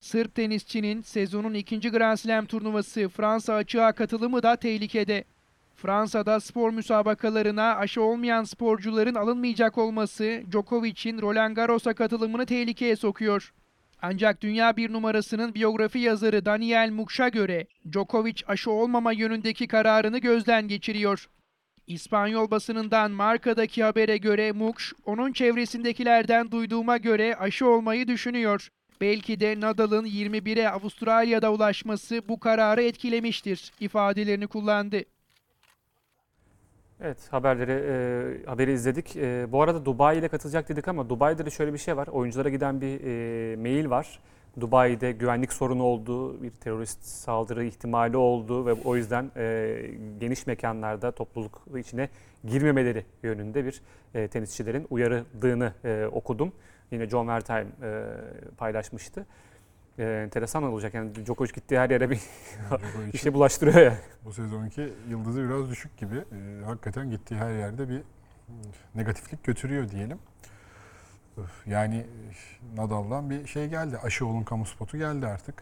Sırp tenisçinin sezonun ikinci Grand Slam turnuvası Fransa Açık'a katılımı da tehlikede. Fransa'da spor müsabakalarına aşı olmayan sporcuların alınmayacak olması Djokovic'in Roland Garros'a katılımını tehlikeye sokuyor. Ancak dünya bir numarasının biyografi yazarı Daniel Mukş'a göre Djokovic aşı olmama yönündeki kararını gözden geçiriyor. İspanyol basınından Marca'daki habere göre Mukş, onun çevresindekilerden duyduğuma göre aşı olmayı düşünüyor. Belki de Nadal'ın 21'e Avustralya'da ulaşması bu kararı etkilemiştir ifadelerini kullandı. Evet, haberi izledik. Bu arada Dubai ile katılacak dedik ama Dubai'de de şöyle bir şey var. Oyunculara giden bir mail var. Dubai'de güvenlik sorunu olduğu, bir terörist saldırı ihtimali olduğu ve o yüzden geniş mekanlarda topluluk içine girmemeleri yönünde bir tenisçilerin uyarıldığını okudum. Yine John Wertheim paylaşmıştı. Enteresan olacak. Yani Djokovic gittiği her yere bir şey bulaştırıyor ya. Bu sezonki yıldızı biraz düşük gibi. Hakikaten gittiği her yerde bir negatiflik götürüyor diyelim. Yani Nadal'dan bir şey geldi. Aşı olun kamu spotu geldi artık.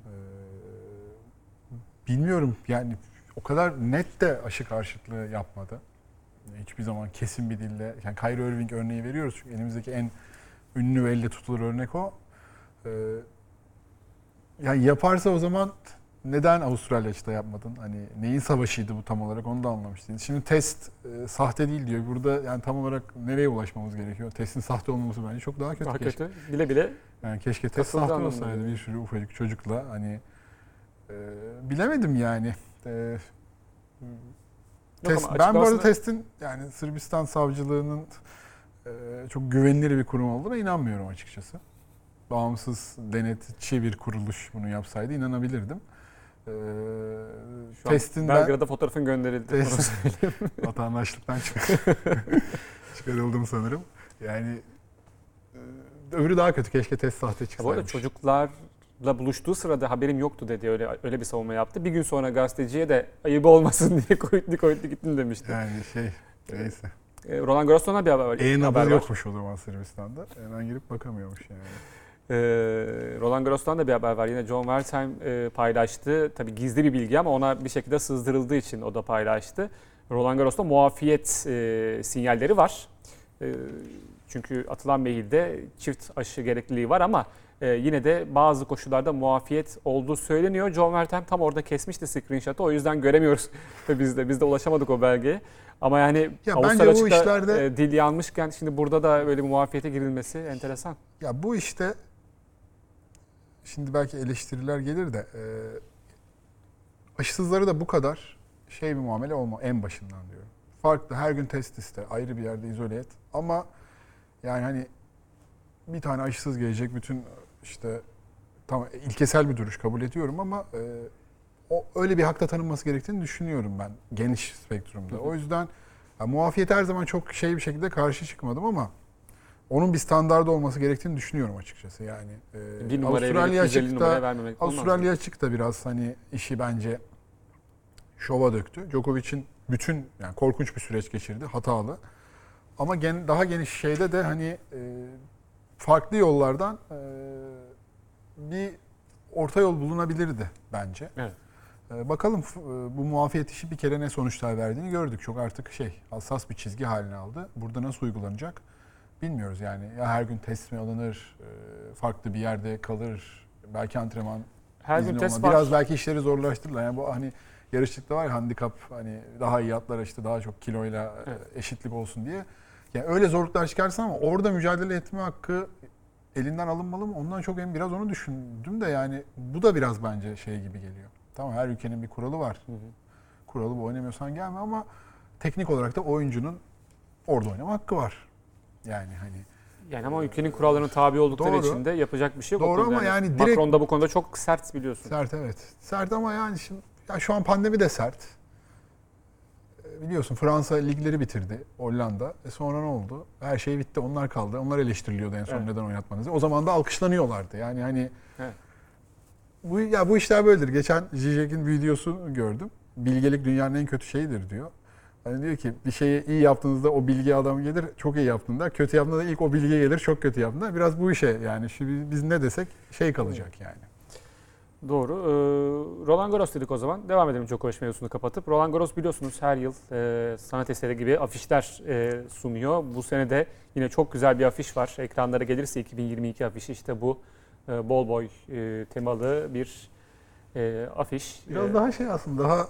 Bilmiyorum yani o kadar net de aşı karşıtlığı yapmadı. Hiçbir zaman kesin bir dille. Yani Kyrie Irving örneği veriyoruz çünkü elimizdeki en ünlü ve elle tutulur örnek o. Yani yaparsa o zaman neden Avustralya açıkta yapmadın? Hani neyin savaşıydı bu tam olarak onu da anlamış değiliz. Şimdi test sahte değil diyor. Burada yani tam olarak nereye ulaşmamız gerekiyor? Testin sahte olmaması bence çok daha kötü. Daha kötü. Bile bile. Yani keşke test sahte olsaydı bir sürü ufacık çocukla hani bilemedim yani. Ben bu arada testin yani Sırbistan savcılığının çok güvenilir bir kurum olduğuna inanmıyorum açıkçası. Bağımsız denetçi bir kuruluş bunu yapsaydı inanabilirdim. Şu testin Belgrad'a fotoğrafın gönderildi. Vatandaşlıktan çıkarıldım sanırım. Yani öbürü daha kötü. Keşke test sahte çıksaymış. Bu arada çocuklarla buluştuğu sırada haberim yoktu dedi. Öyle bir savunma yaptı. Bir gün sonra gazeteciye de ayıbı olmasın diye koyutlu gittim demişti. Yani neyse. Roland Garros'tan bir haber var. E-nabız yokmuş o zaman Sırbistan'da. Hemen girip bakamıyormuş yani. Roland Garros'tan da bir haber var. Yine John Wertheim paylaştı. Tabii gizli bir bilgi ama ona bir şekilde sızdırıldığı için o da paylaştı. Roland Garros'ta muafiyet sinyalleri var. Çünkü atılan mailde çift aşı gerekliliği var ama yine de bazı koşullarda muafiyet olduğu söyleniyor. John Wertheim tam orada kesmişti screenshot'ı. O yüzden göremiyoruz biz de ulaşamadık o belgeye. Ama yani Avustralya açıkta işlerde, dil yanmışken şimdi burada da böyle bir muafiyete girilmesi enteresan. Ya bu işte şimdi belki eleştiriler gelir de aşısızları da bu kadar bir muamele olma en başından diyorum. Farklı her gün test iste, ayrı bir yerde izole et ama yani hani bir tane aşısız gelecek bütün işte tamam ilkesel bir duruş kabul ediyorum ama öyle bir hakta tanınması gerektiğini düşünüyorum ben geniş spektrumda. O yüzden muafiyete her zaman çok bir şekilde karşı çıkmadım ama onun bir standardı olması gerektiğini düşünüyorum açıkçası. Yani Avustralya açıkta biraz hani işi bence şova döktü. Djokovic'in bütün yani korkunç bir süreç geçirdi, hatalı. Ama daha geniş şeyde de hani farklı yollardan bir orta yol bulunabilirdi bence. Evet. Bakalım bu muafiyet işi bir kere ne sonuçlar verdiğini gördük. Çok artık hassas bir çizgi haline aldı. Burada nasıl uygulanacak bilmiyoruz yani. Ya her gün test mi alınır, farklı bir yerde kalır, belki antrenman her gün test var. Biraz belki işleri zorlaştırırlar. Yani bu hani yarışçılıkta var ya handikap hani daha iyi atlara işte daha çok kiloyla eşitlik olsun diye. Yani öyle zorluklar çıkarsa ama orada mücadele etme hakkı elinden alınmalı mı? Ondan çok biraz onu düşündüm de yani bu da biraz bence gibi geliyor. Tamam her ülkenin bir kuralı var. Kuralı bu oynamıyorsan gelme ama teknik olarak da oyuncunun orada oynama hakkı var. Yani ama ülkenin kurallarına tabi oldukları için de yapacak bir şey yok. Doğru ama yani direkt Macron da bu konuda çok sert biliyorsun. Sert evet. Sert ama yani şimdi şu an pandemi de sert. Biliyorsun Fransa ligleri bitirdi. Hollanda. Sonra ne oldu? Her şey bitti. Onlar kaldı. Onlar eleştiriliyordu en son neden oynatmanızı. O zaman da alkışlanıyorlardı. Yani hani bu işler böyledir. Geçen Zizek'in videosunu gördüm. Bilgelik dünyanın en kötü şeyidir diyor. Hani diyor ki bir şeyi iyi yaptığınızda o bilgi adam gelir, çok iyi yaptın der. Kötü yaptığında da ilk o bilgi gelir, çok kötü yaptın der. Biraz bu işe yani biz ne desek kalacak yani. Doğru. Roland Garros dedik o zaman. Devam edelim Djokovic mevzusunu kapatıp. Roland Garros biliyorsunuz her yıl sanat eseri gibi afişler sunuyor. Bu sene de yine çok güzel bir afiş var. Ekranlara gelirse 2022 afişi işte bu ball boy temalı bir afiş. Biraz daha şey aslında daha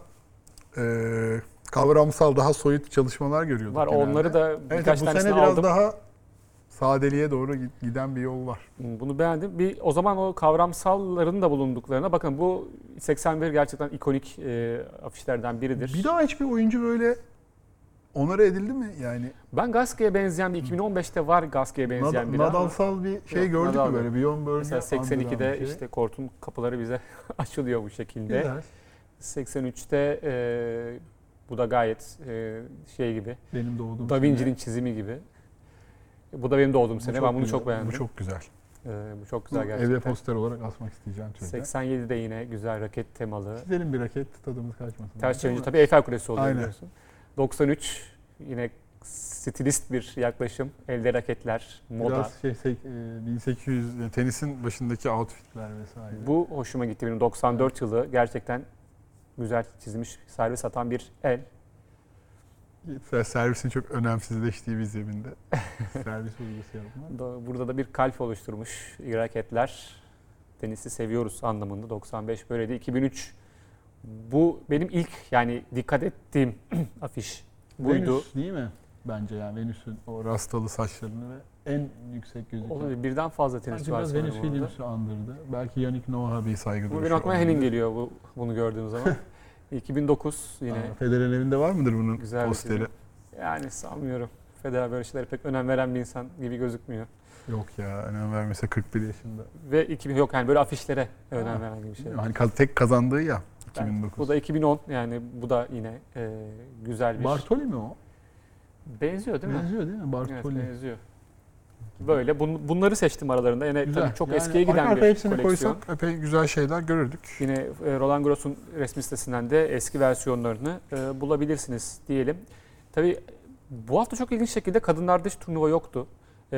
kavramsal, daha soyut çalışmalar görüyorduk var. genelde. Onları da Evet, birkaç bu tanesini sene biraz aldım. daha sadeliğe doğru giden bir yol var. Bunu beğendim. O zaman o kavramsalların da bulunduklarına bakın, bu 81 gerçekten ikonik afişlerden biridir. Bir daha hiçbir oyuncu böyle onara edildi mi? Yani Ben Gasquet'e benzeyen bir 2015'te var Gasquet'e benzeyen biri ama Nadal'sal bir şey Yok, gördük Nadal mü böyle? Bjorn Borg'u mesela andıran 82'de bir şey. işte kortun kapıları bize açılıyor bu şekilde. Güzel. 83'te bu da gayet şey gibi. Benim doğduğum Da Vinci'nin çizimi gibi. Bu da benim doğduğum sene. sene. Ben bunu çok beğendim. Bu çok güzel. Bu çok güzel Bu gerçekten. evde poster olarak asmak isteyeceğim türde. 87'de yine güzel raket temalı. Çizelim bir raket, tadımız kaçmasın. Ters çevirince Ama tabii Eiffel Kulesi oluyor Aynen. biliyorsun. 93 yine stilist bir yaklaşım. Elde raketler, moda. Biraz 1800 tenisin başındaki outfitler vesaire. Bu hoşuma gitti benim. 94 yılı gerçekten güzel çizilmiş, servis atan bir el. Servisin çok önemsizleştiği bir zeminde. Servis uygulası yapmak. Burada da bir kalp oluşturmuş raketler. Tenisi seviyoruz anlamında. 95 böyleydi. 2003 bu benim ilk yani dikkat ettiğim afiş buydu. Venüs değil mi? Bence yani Venüs'ün o rastalı saçlarını ve en yüksek gözüken. Olabilir. Birden fazla Bence tenis var biraz sanırım Venüs orada. Williams'ı andırdı. Belki Yannick Noah'a bir saygı Bu duruşu. benim aklıma olabilir. Henning geliyor bunu gördüğüm zaman. 2009 yine Federer'in evinde var mıdır bunun güzel bir posteri? çizim. Yani sanmıyorum. Federer böyle şeylere pek önem veren bir insan gibi gözükmüyor. Yok ya, önem vermese 41 yaşında. Ve 2000 yok yani böyle afişlere önem veren gibi bir şey. Hani tek kazandığı ya Ben- 2009. Bu da 2010 yani bu da yine güzel bir. Bartoli mi o? Benziyor değil mi? Benziyor değil mi? Evet, Bartoli. benziyor. Böyle bunları seçtim aralarında. Yine Güzel. tabii çok Yani eskiye giden arka arkaya bir hepsini koleksiyon. koysak epey güzel şeyler görürdük. Yine Roland Garros'un resmi sitesinden de eski versiyonlarını bulabilirsiniz diyelim. Tabii bu hafta çok ilginç şekilde kadınlarda hiç turnuva yoktu.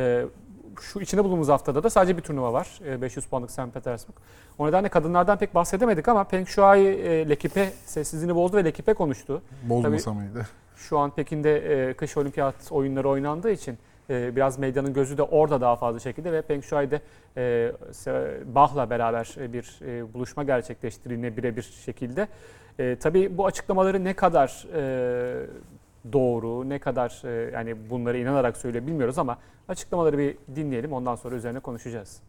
Şu içinde bulunduğumuz haftada da sadece bir turnuva var. 500 puanlık St. Petersburg. O nedenle kadınlardan pek bahsedemedik ama Peng Shuai L'Equipe sessizliğini bozdu ve L'Equipe konuştu. Bozmasa mıydı? Şu an Pekin'de kış olimpiyat oyunları oynandığı için biraz medyanın gözü de orada daha fazla şekilde ve Peng Shuai'de Bach'la beraber bir buluşma gerçekleştirildiğine birebir şekilde. Tabii bu açıklamaları ne kadar doğru, ne kadar yani bunlara inanarak söylüyor bilmiyoruz ama açıklamaları bir dinleyelim, ondan sonra üzerine konuşacağız.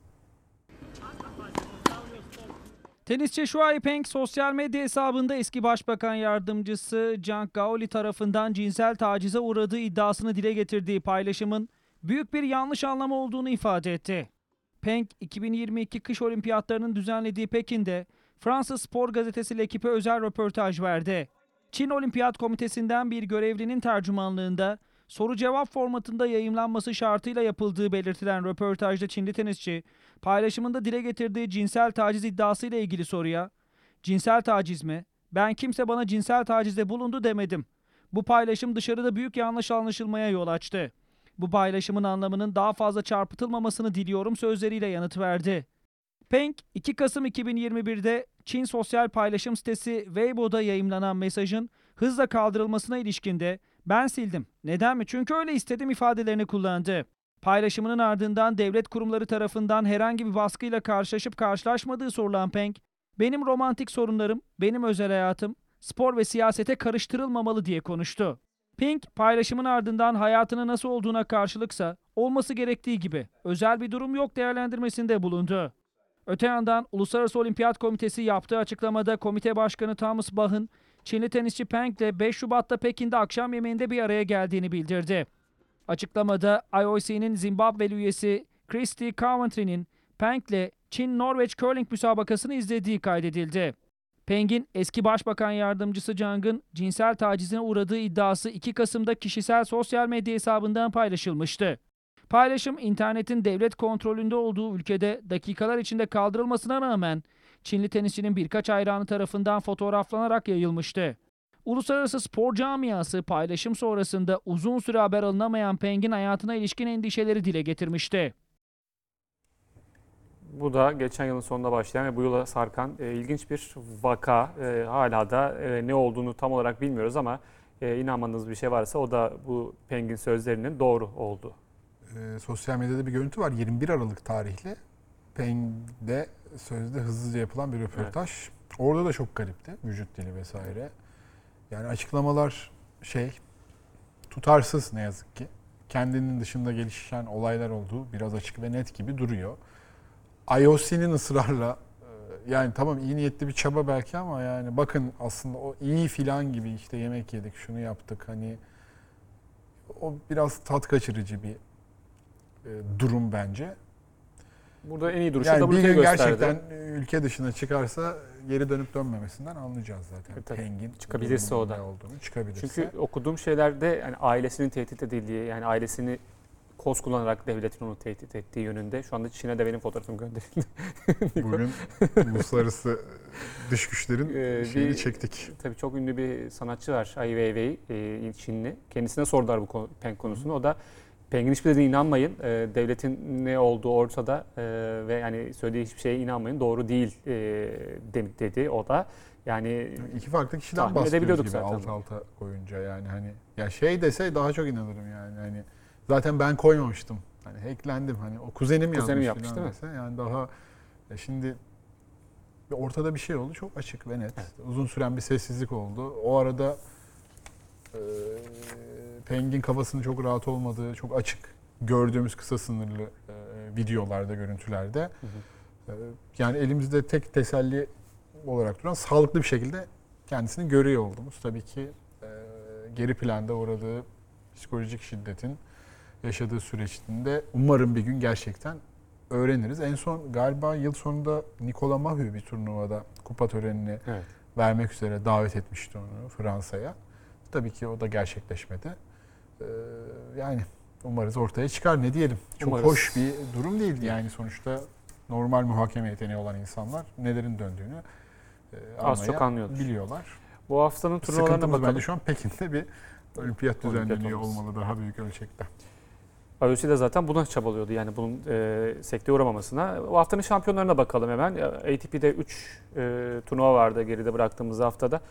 Tenisçi Shuai Peng sosyal medya hesabında eski başbakan yardımcısı Zhang Gaoli tarafından cinsel tacize uğradığı iddiasını dile getirdiği paylaşımın büyük bir yanlış anlama olduğunu ifade etti. Peng, 2022 kış olimpiyatlarının düzenlediği Pekin'de Fransız Spor gazetesi L'Equipe özel röportaj verdi. Çin Olimpiyat Komitesi'nden bir görevlinin tercümanlığında soru-cevap formatında yayımlanması şartıyla yapıldığı belirtilen röportajda Çinli tenisçi, paylaşımında dile getirdiği cinsel taciz iddiasıyla ilgili soruya, "Cinsel taciz mi? Ben kimse bana cinsel tacizde bulundu demedim. Bu paylaşım dışarıda büyük yanlış anlaşılmaya yol açtı. Bu paylaşımın anlamının daha fazla çarpıtılmamasını diliyorum" sözleriyle yanıt verdi. Peng, 2 Kasım 2021'de Çin sosyal paylaşım sitesi Weibo'da yayımlanan mesajın hızla kaldırılmasına ilişkinde "Ben sildim. Neden mi? Çünkü öyle istedim" ifadelerini kullandı. Paylaşımının ardından devlet kurumları tarafından herhangi bir baskıyla karşılaşıp karşılaşmadığı sorulan Peng, "Benim romantik sorunlarım, benim özel hayatım, spor ve siyasete karıştırılmamalı" diye konuştu. Peng, paylaşımın ardından hayatının nasıl olduğuna karşılıksa olması gerektiği gibi özel bir durum yok değerlendirmesinde bulundu. Öte yandan Uluslararası Olimpiyat Komitesi yaptığı açıklamada komite başkanı Thomas Bach'ın Çinli tenisçi Peng ile 5 Şubat'ta Pekin'de akşam yemeğinde bir araya geldiğini bildirdi. Açıklamada IOC'nin Zimbabwe'li üyesi Christy Coventry'nin Peng ile Çin-Norveç curling müsabakasını izlediği kaydedildi. Peng'in eski başbakan yardımcısı Zhang'ın cinsel tacizine uğradığı iddiası 2 Kasım'da kişisel sosyal medya hesabından paylaşılmıştı. Paylaşım, internetin devlet kontrolünde olduğu ülkede dakikalar içinde kaldırılmasına rağmen Çinli tenisçinin birkaç hayranı tarafından fotoğraflanarak yayılmıştı. Uluslararası spor camiası paylaşım sonrasında uzun süre haber alınamayan Peng'in hayatına ilişkin endişeleri dile getirmişti. Bu da geçen yılın sonunda başlayan ve bu yıla sarkan ilginç bir vaka. Hala da ne olduğunu tam olarak bilmiyoruz ama inanmadığınız bir şey varsa o da bu Peng'in sözlerinin doğru olduğu. Sosyal medyada bir görüntü var. 21 Aralık tarihli Peng'de sözde hızlıca yapılan bir röportaj. Evet. Orada da çok garipti. Vücut dili vesaire. Yani açıklamalar tutarsız ne yazık ki. Kendinin dışında gelişen olaylar olduğu biraz açık ve net gibi duruyor. IOC'nin ısrarla yani tamam iyi niyetli bir çaba belki ama yani bakın aslında o iyi filan gibi işte yemek yedik şunu yaptık hani o biraz tat kaçırıcı bir durum bence. Burada en iyi duruşu yani da bir gün gösterdi. gerçekten ülke dışına çıkarsa geri dönüp dönmemesinden anlayacağız zaten. Peng'in çıkabilirse o da olduğunu çıkabilirse. Çünkü okuduğum şeylerde yani ailesinin tehdit edildiği yani ailesini koz kullanarak devletin onu tehdit ettiği yönünde. Şu anda Çin'e de benim fotoğrafım gönderildi. Bugün uluslararası dış güçlerin şeyini çektik. Tabii çok ünlü bir sanatçı var Ai Weiwei, Çinli. Kendisine sordular bu Peng konusunu. O da Peng'in hiçbir dediğine inanmayın. Devletin ne olduğu ortada ve yani söylediği hiçbir şeye inanmayın. Doğru değil dedi o da. Yani iki farklı kişiden bahsediyoruz gibi alt alta koyunca yani hani ya şey dese daha çok inanırım yani hani zaten ben koymamıştım. Hani hacklendim hani o kuzenim yapmış değil mi? Dese, yani daha şimdi ortada bir şey oldu çok açık ve net. Evet. Uzun süren bir sessizlik oldu. O arada Peng'in kafasının çok rahat olmadığı, çok açık gördüğümüz kısa sınırlı videolarda, görüntülerde. Hı hı. Yani elimizde tek teselli olarak duran sağlıklı bir şekilde kendisini görüyor olduğumuz. Tabii ki geri planda uğradığı psikolojik şiddetin yaşadığı süreçte umarım bir gün gerçekten öğreniriz. En son galiba yıl sonunda Nicolas Mahut bir turnuvada kupa törenini vermek üzere davet etmişti onu Fransa'ya. Tabii ki o da gerçekleşmedi. Yani umarız ortaya çıkar ne diyelim. Çok hoş bir durum değil. Yani sonuçta normal muhakeme yeteneği olan insanlar nelerin döndüğünü az çok biliyorlar. Bu haftanın turnuvalarına bakalım. Bence şu an Pekin'de bir olimpiyat düzenleniyor olmalı daha büyük ölçekte. IOC de zaten buna çabalıyordu yani bunun sekteye uğramamasına. Bu haftanın şampiyonlarına bakalım hemen. ATP'de 3 turnuva vardı geride bıraktığımız haftada.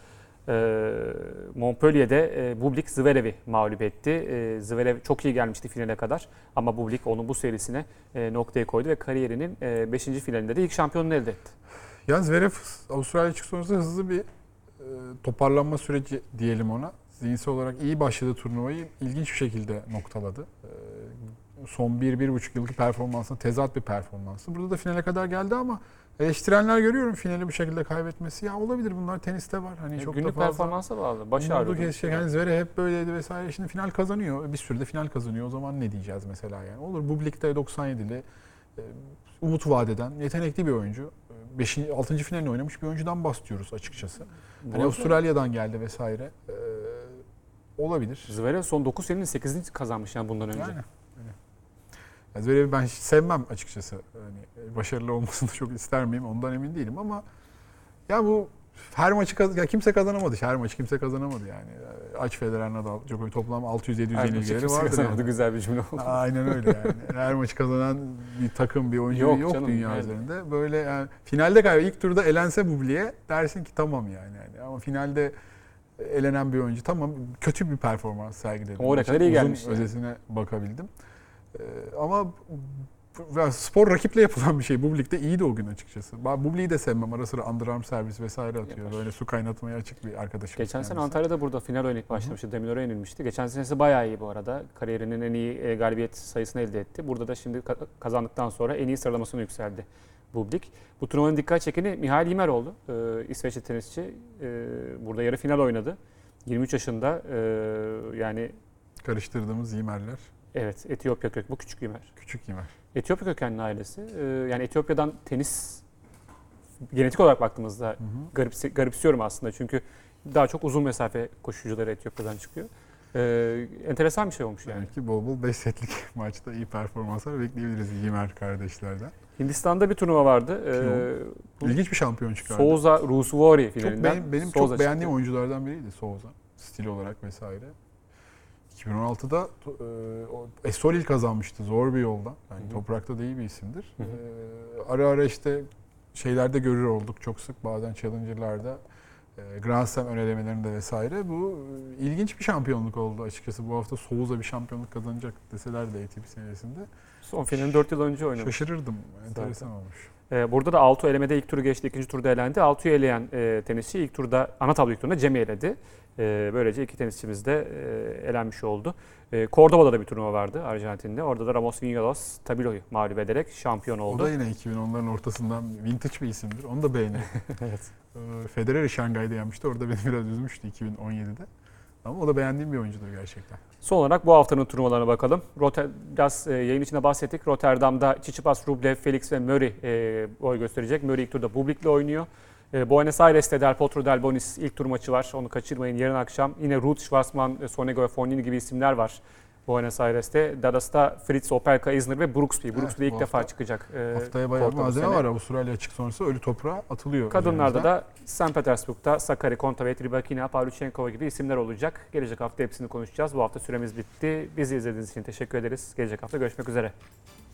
Montpellier'de Bublik Zverev'i mağlup etti. Zverev çok iyi gelmişti finale kadar ama Bublik onun bu serisine noktayı koydu ve kariyerinin 5. finalinde de ilk şampiyonluğunu elde etti. Yalnız Zverev Avustralya çıkış sonrası hızlı bir toparlanma süreci diyelim ona. Zihinsel olarak iyi başladığı turnuvayı ilginç bir şekilde noktaladı. Son 1-1,5 yıllık performansına tezat bir performansı. Burada da finale kadar geldi ama eleştirenler görüyorum finali bu şekilde kaybetmesi. Ya olabilir bunlar teniste var. Hani çok günlük da fazla performansa bağlı. Başı ağrıyordu. Yani Zverev hep böyleydi vesaire. Şimdi final kazanıyor. Bir sürü de final kazanıyor. O zaman ne diyeceğiz mesela yani? Olur Bublik'te 97'li umut vadeden yetenekli bir oyuncu. 6. finalini oynamış bir oyuncudan bahsediyoruz açıkçası. Hani Avustralya'dan geldi vesaire. Olabilir. Zverev son 9 senenin 8'ini kazanmış yani bundan önce. Yani. Zverev'i ben hiç sevmem açıkçası. Yani başarılı olmasını çok ister miyim ondan emin değilim ama ya bu her maçı kimse kazanamadı. Her maçı kimse kazanamadı yani. Aç Federer, Nadal, Djokovic toplam 600-700 yenilgileri vardı. Yani. Güzel bir cümle oldu. Aynen öyle yani. Her maçı kazanan bir takım, bir oyuncu yok canım, dünya üzerinde. Böyle yani finalde galiba ilk turda elense Bubli'ye dersin ki tamam yani. Ama finalde elenen bir oyuncu tamam kötü bir performans sergiledi. Oraya kadar iyi gelmiş. Özetine bakabildim. Ama spor rakiple yapılan bir şey. Bublik de iyiydi o gün açıkçası. Bublik'i de sevmem. Ara sıra underarm servis vesaire atıyor. Yapar. Böyle su kaynatmaya açık bir arkadaşım. Geçen sene Antalya'da burada final oynayıp başlamıştı. Demiror'a yenilmişti. Geçen senesi bayağı iyi bu arada. Kariyerinin en iyi galibiyet sayısını elde etti. Burada da şimdi kazandıktan sonra en iyi sıralamasına yükseldi Bublik. Bu turnuvanın dikkat çekeni Mihail Ymer oldu. İsveçli tenisçi. Burada yarı final oynadı. 23 yaşında yani... Karıştırdığımız Ymerler. Evet, Etiyopya kökenli. Bu küçük Ymer. Küçük Ymer. Etiyopya kökenli ailesi. Yani Etiyopya'dan tenis genetik olarak baktığımızda garipsiyorum aslında. Çünkü daha çok uzun mesafe koşucuları Etiyopya'dan çıkıyor. Enteresan bir şey olmuş yani. Belki bol bol 5 setlik maçta iyi performanslar bekleyebiliriz Ymer kardeşlerden. Hindistan'da bir turnuva vardı. İlginç bir şampiyon çıkardı. Souza Rusuvori finalinden. Benim çok beğendiğim oyunculardan biriydi Souza. Stil olarak vesaire. 2016'da Estoril kazanmıştı zor bir yoldan. Yani toprakta da iyi bir isimdir. Ara ara işte şeylerde görür olduk çok sık bazen Challenger'larda. Grand Slam ön elemelerinde vesaire. Bu ilginç bir şampiyonluk oldu açıkçası. Bu hafta Souza bir şampiyonluk kazanacak deseler de ATP seviyesinde. Son finalini 4 yıl önce oynamış. Şaşırırdım. Enteresan olmuş. Burada da Altuğ elemede ilk turu geçti, ikinci turda elendi. Altuğ'u eleyen tenisçi ilk turda, ana tablo ilk turunda Cem'i eledi. Böylece iki tenisçimiz de elenmiş oldu. Cordoba'da da bir turnuva vardı Arjantin'de. Orada da Ramos Vinolas Tabilo'yu mağlup ederek şampiyon oldu. O da yine 2010'ların ortasından vintage bir isimdir. Onu da beğenirim. Evet. Federer'i Şangay'da yenmişti. Orada beni biraz üzmüştü 2017'de. Ama o da beğendiğim bir oyuncudur gerçekten. Son olarak bu haftanın turnuvalarına bakalım. Biraz yayın içinde bahsettik. Rotterdam'da Tsitsipas, Rublev, Felix ve Murray boy gösterecek. Murray ilk turda Bublik'le oynuyor. Buenos Aires'te Del Potro, Del Bonis ilk tur maçı var. Onu kaçırmayın yarın akşam. Yine Ruud, Schwarzman, Sonego ve Fognini gibi isimler var Buenos Aires'te. Dallas'ta Fritz, Opelka, Isner ve Brooksby. Brooksby ilk defa çıkacak. Haftaya bayağı malzeme var. Avustralya açık sonrası ölü toprağa atılıyor. Kadınlarda da St. Petersburg'da Sakari, Kontaveit, Rybakina, Pavlyuchenkova gibi isimler olacak. Gelecek hafta hepsini konuşacağız. Bu hafta süremiz bitti. Bizi izlediğiniz için teşekkür ederiz. Gelecek hafta görüşmek üzere.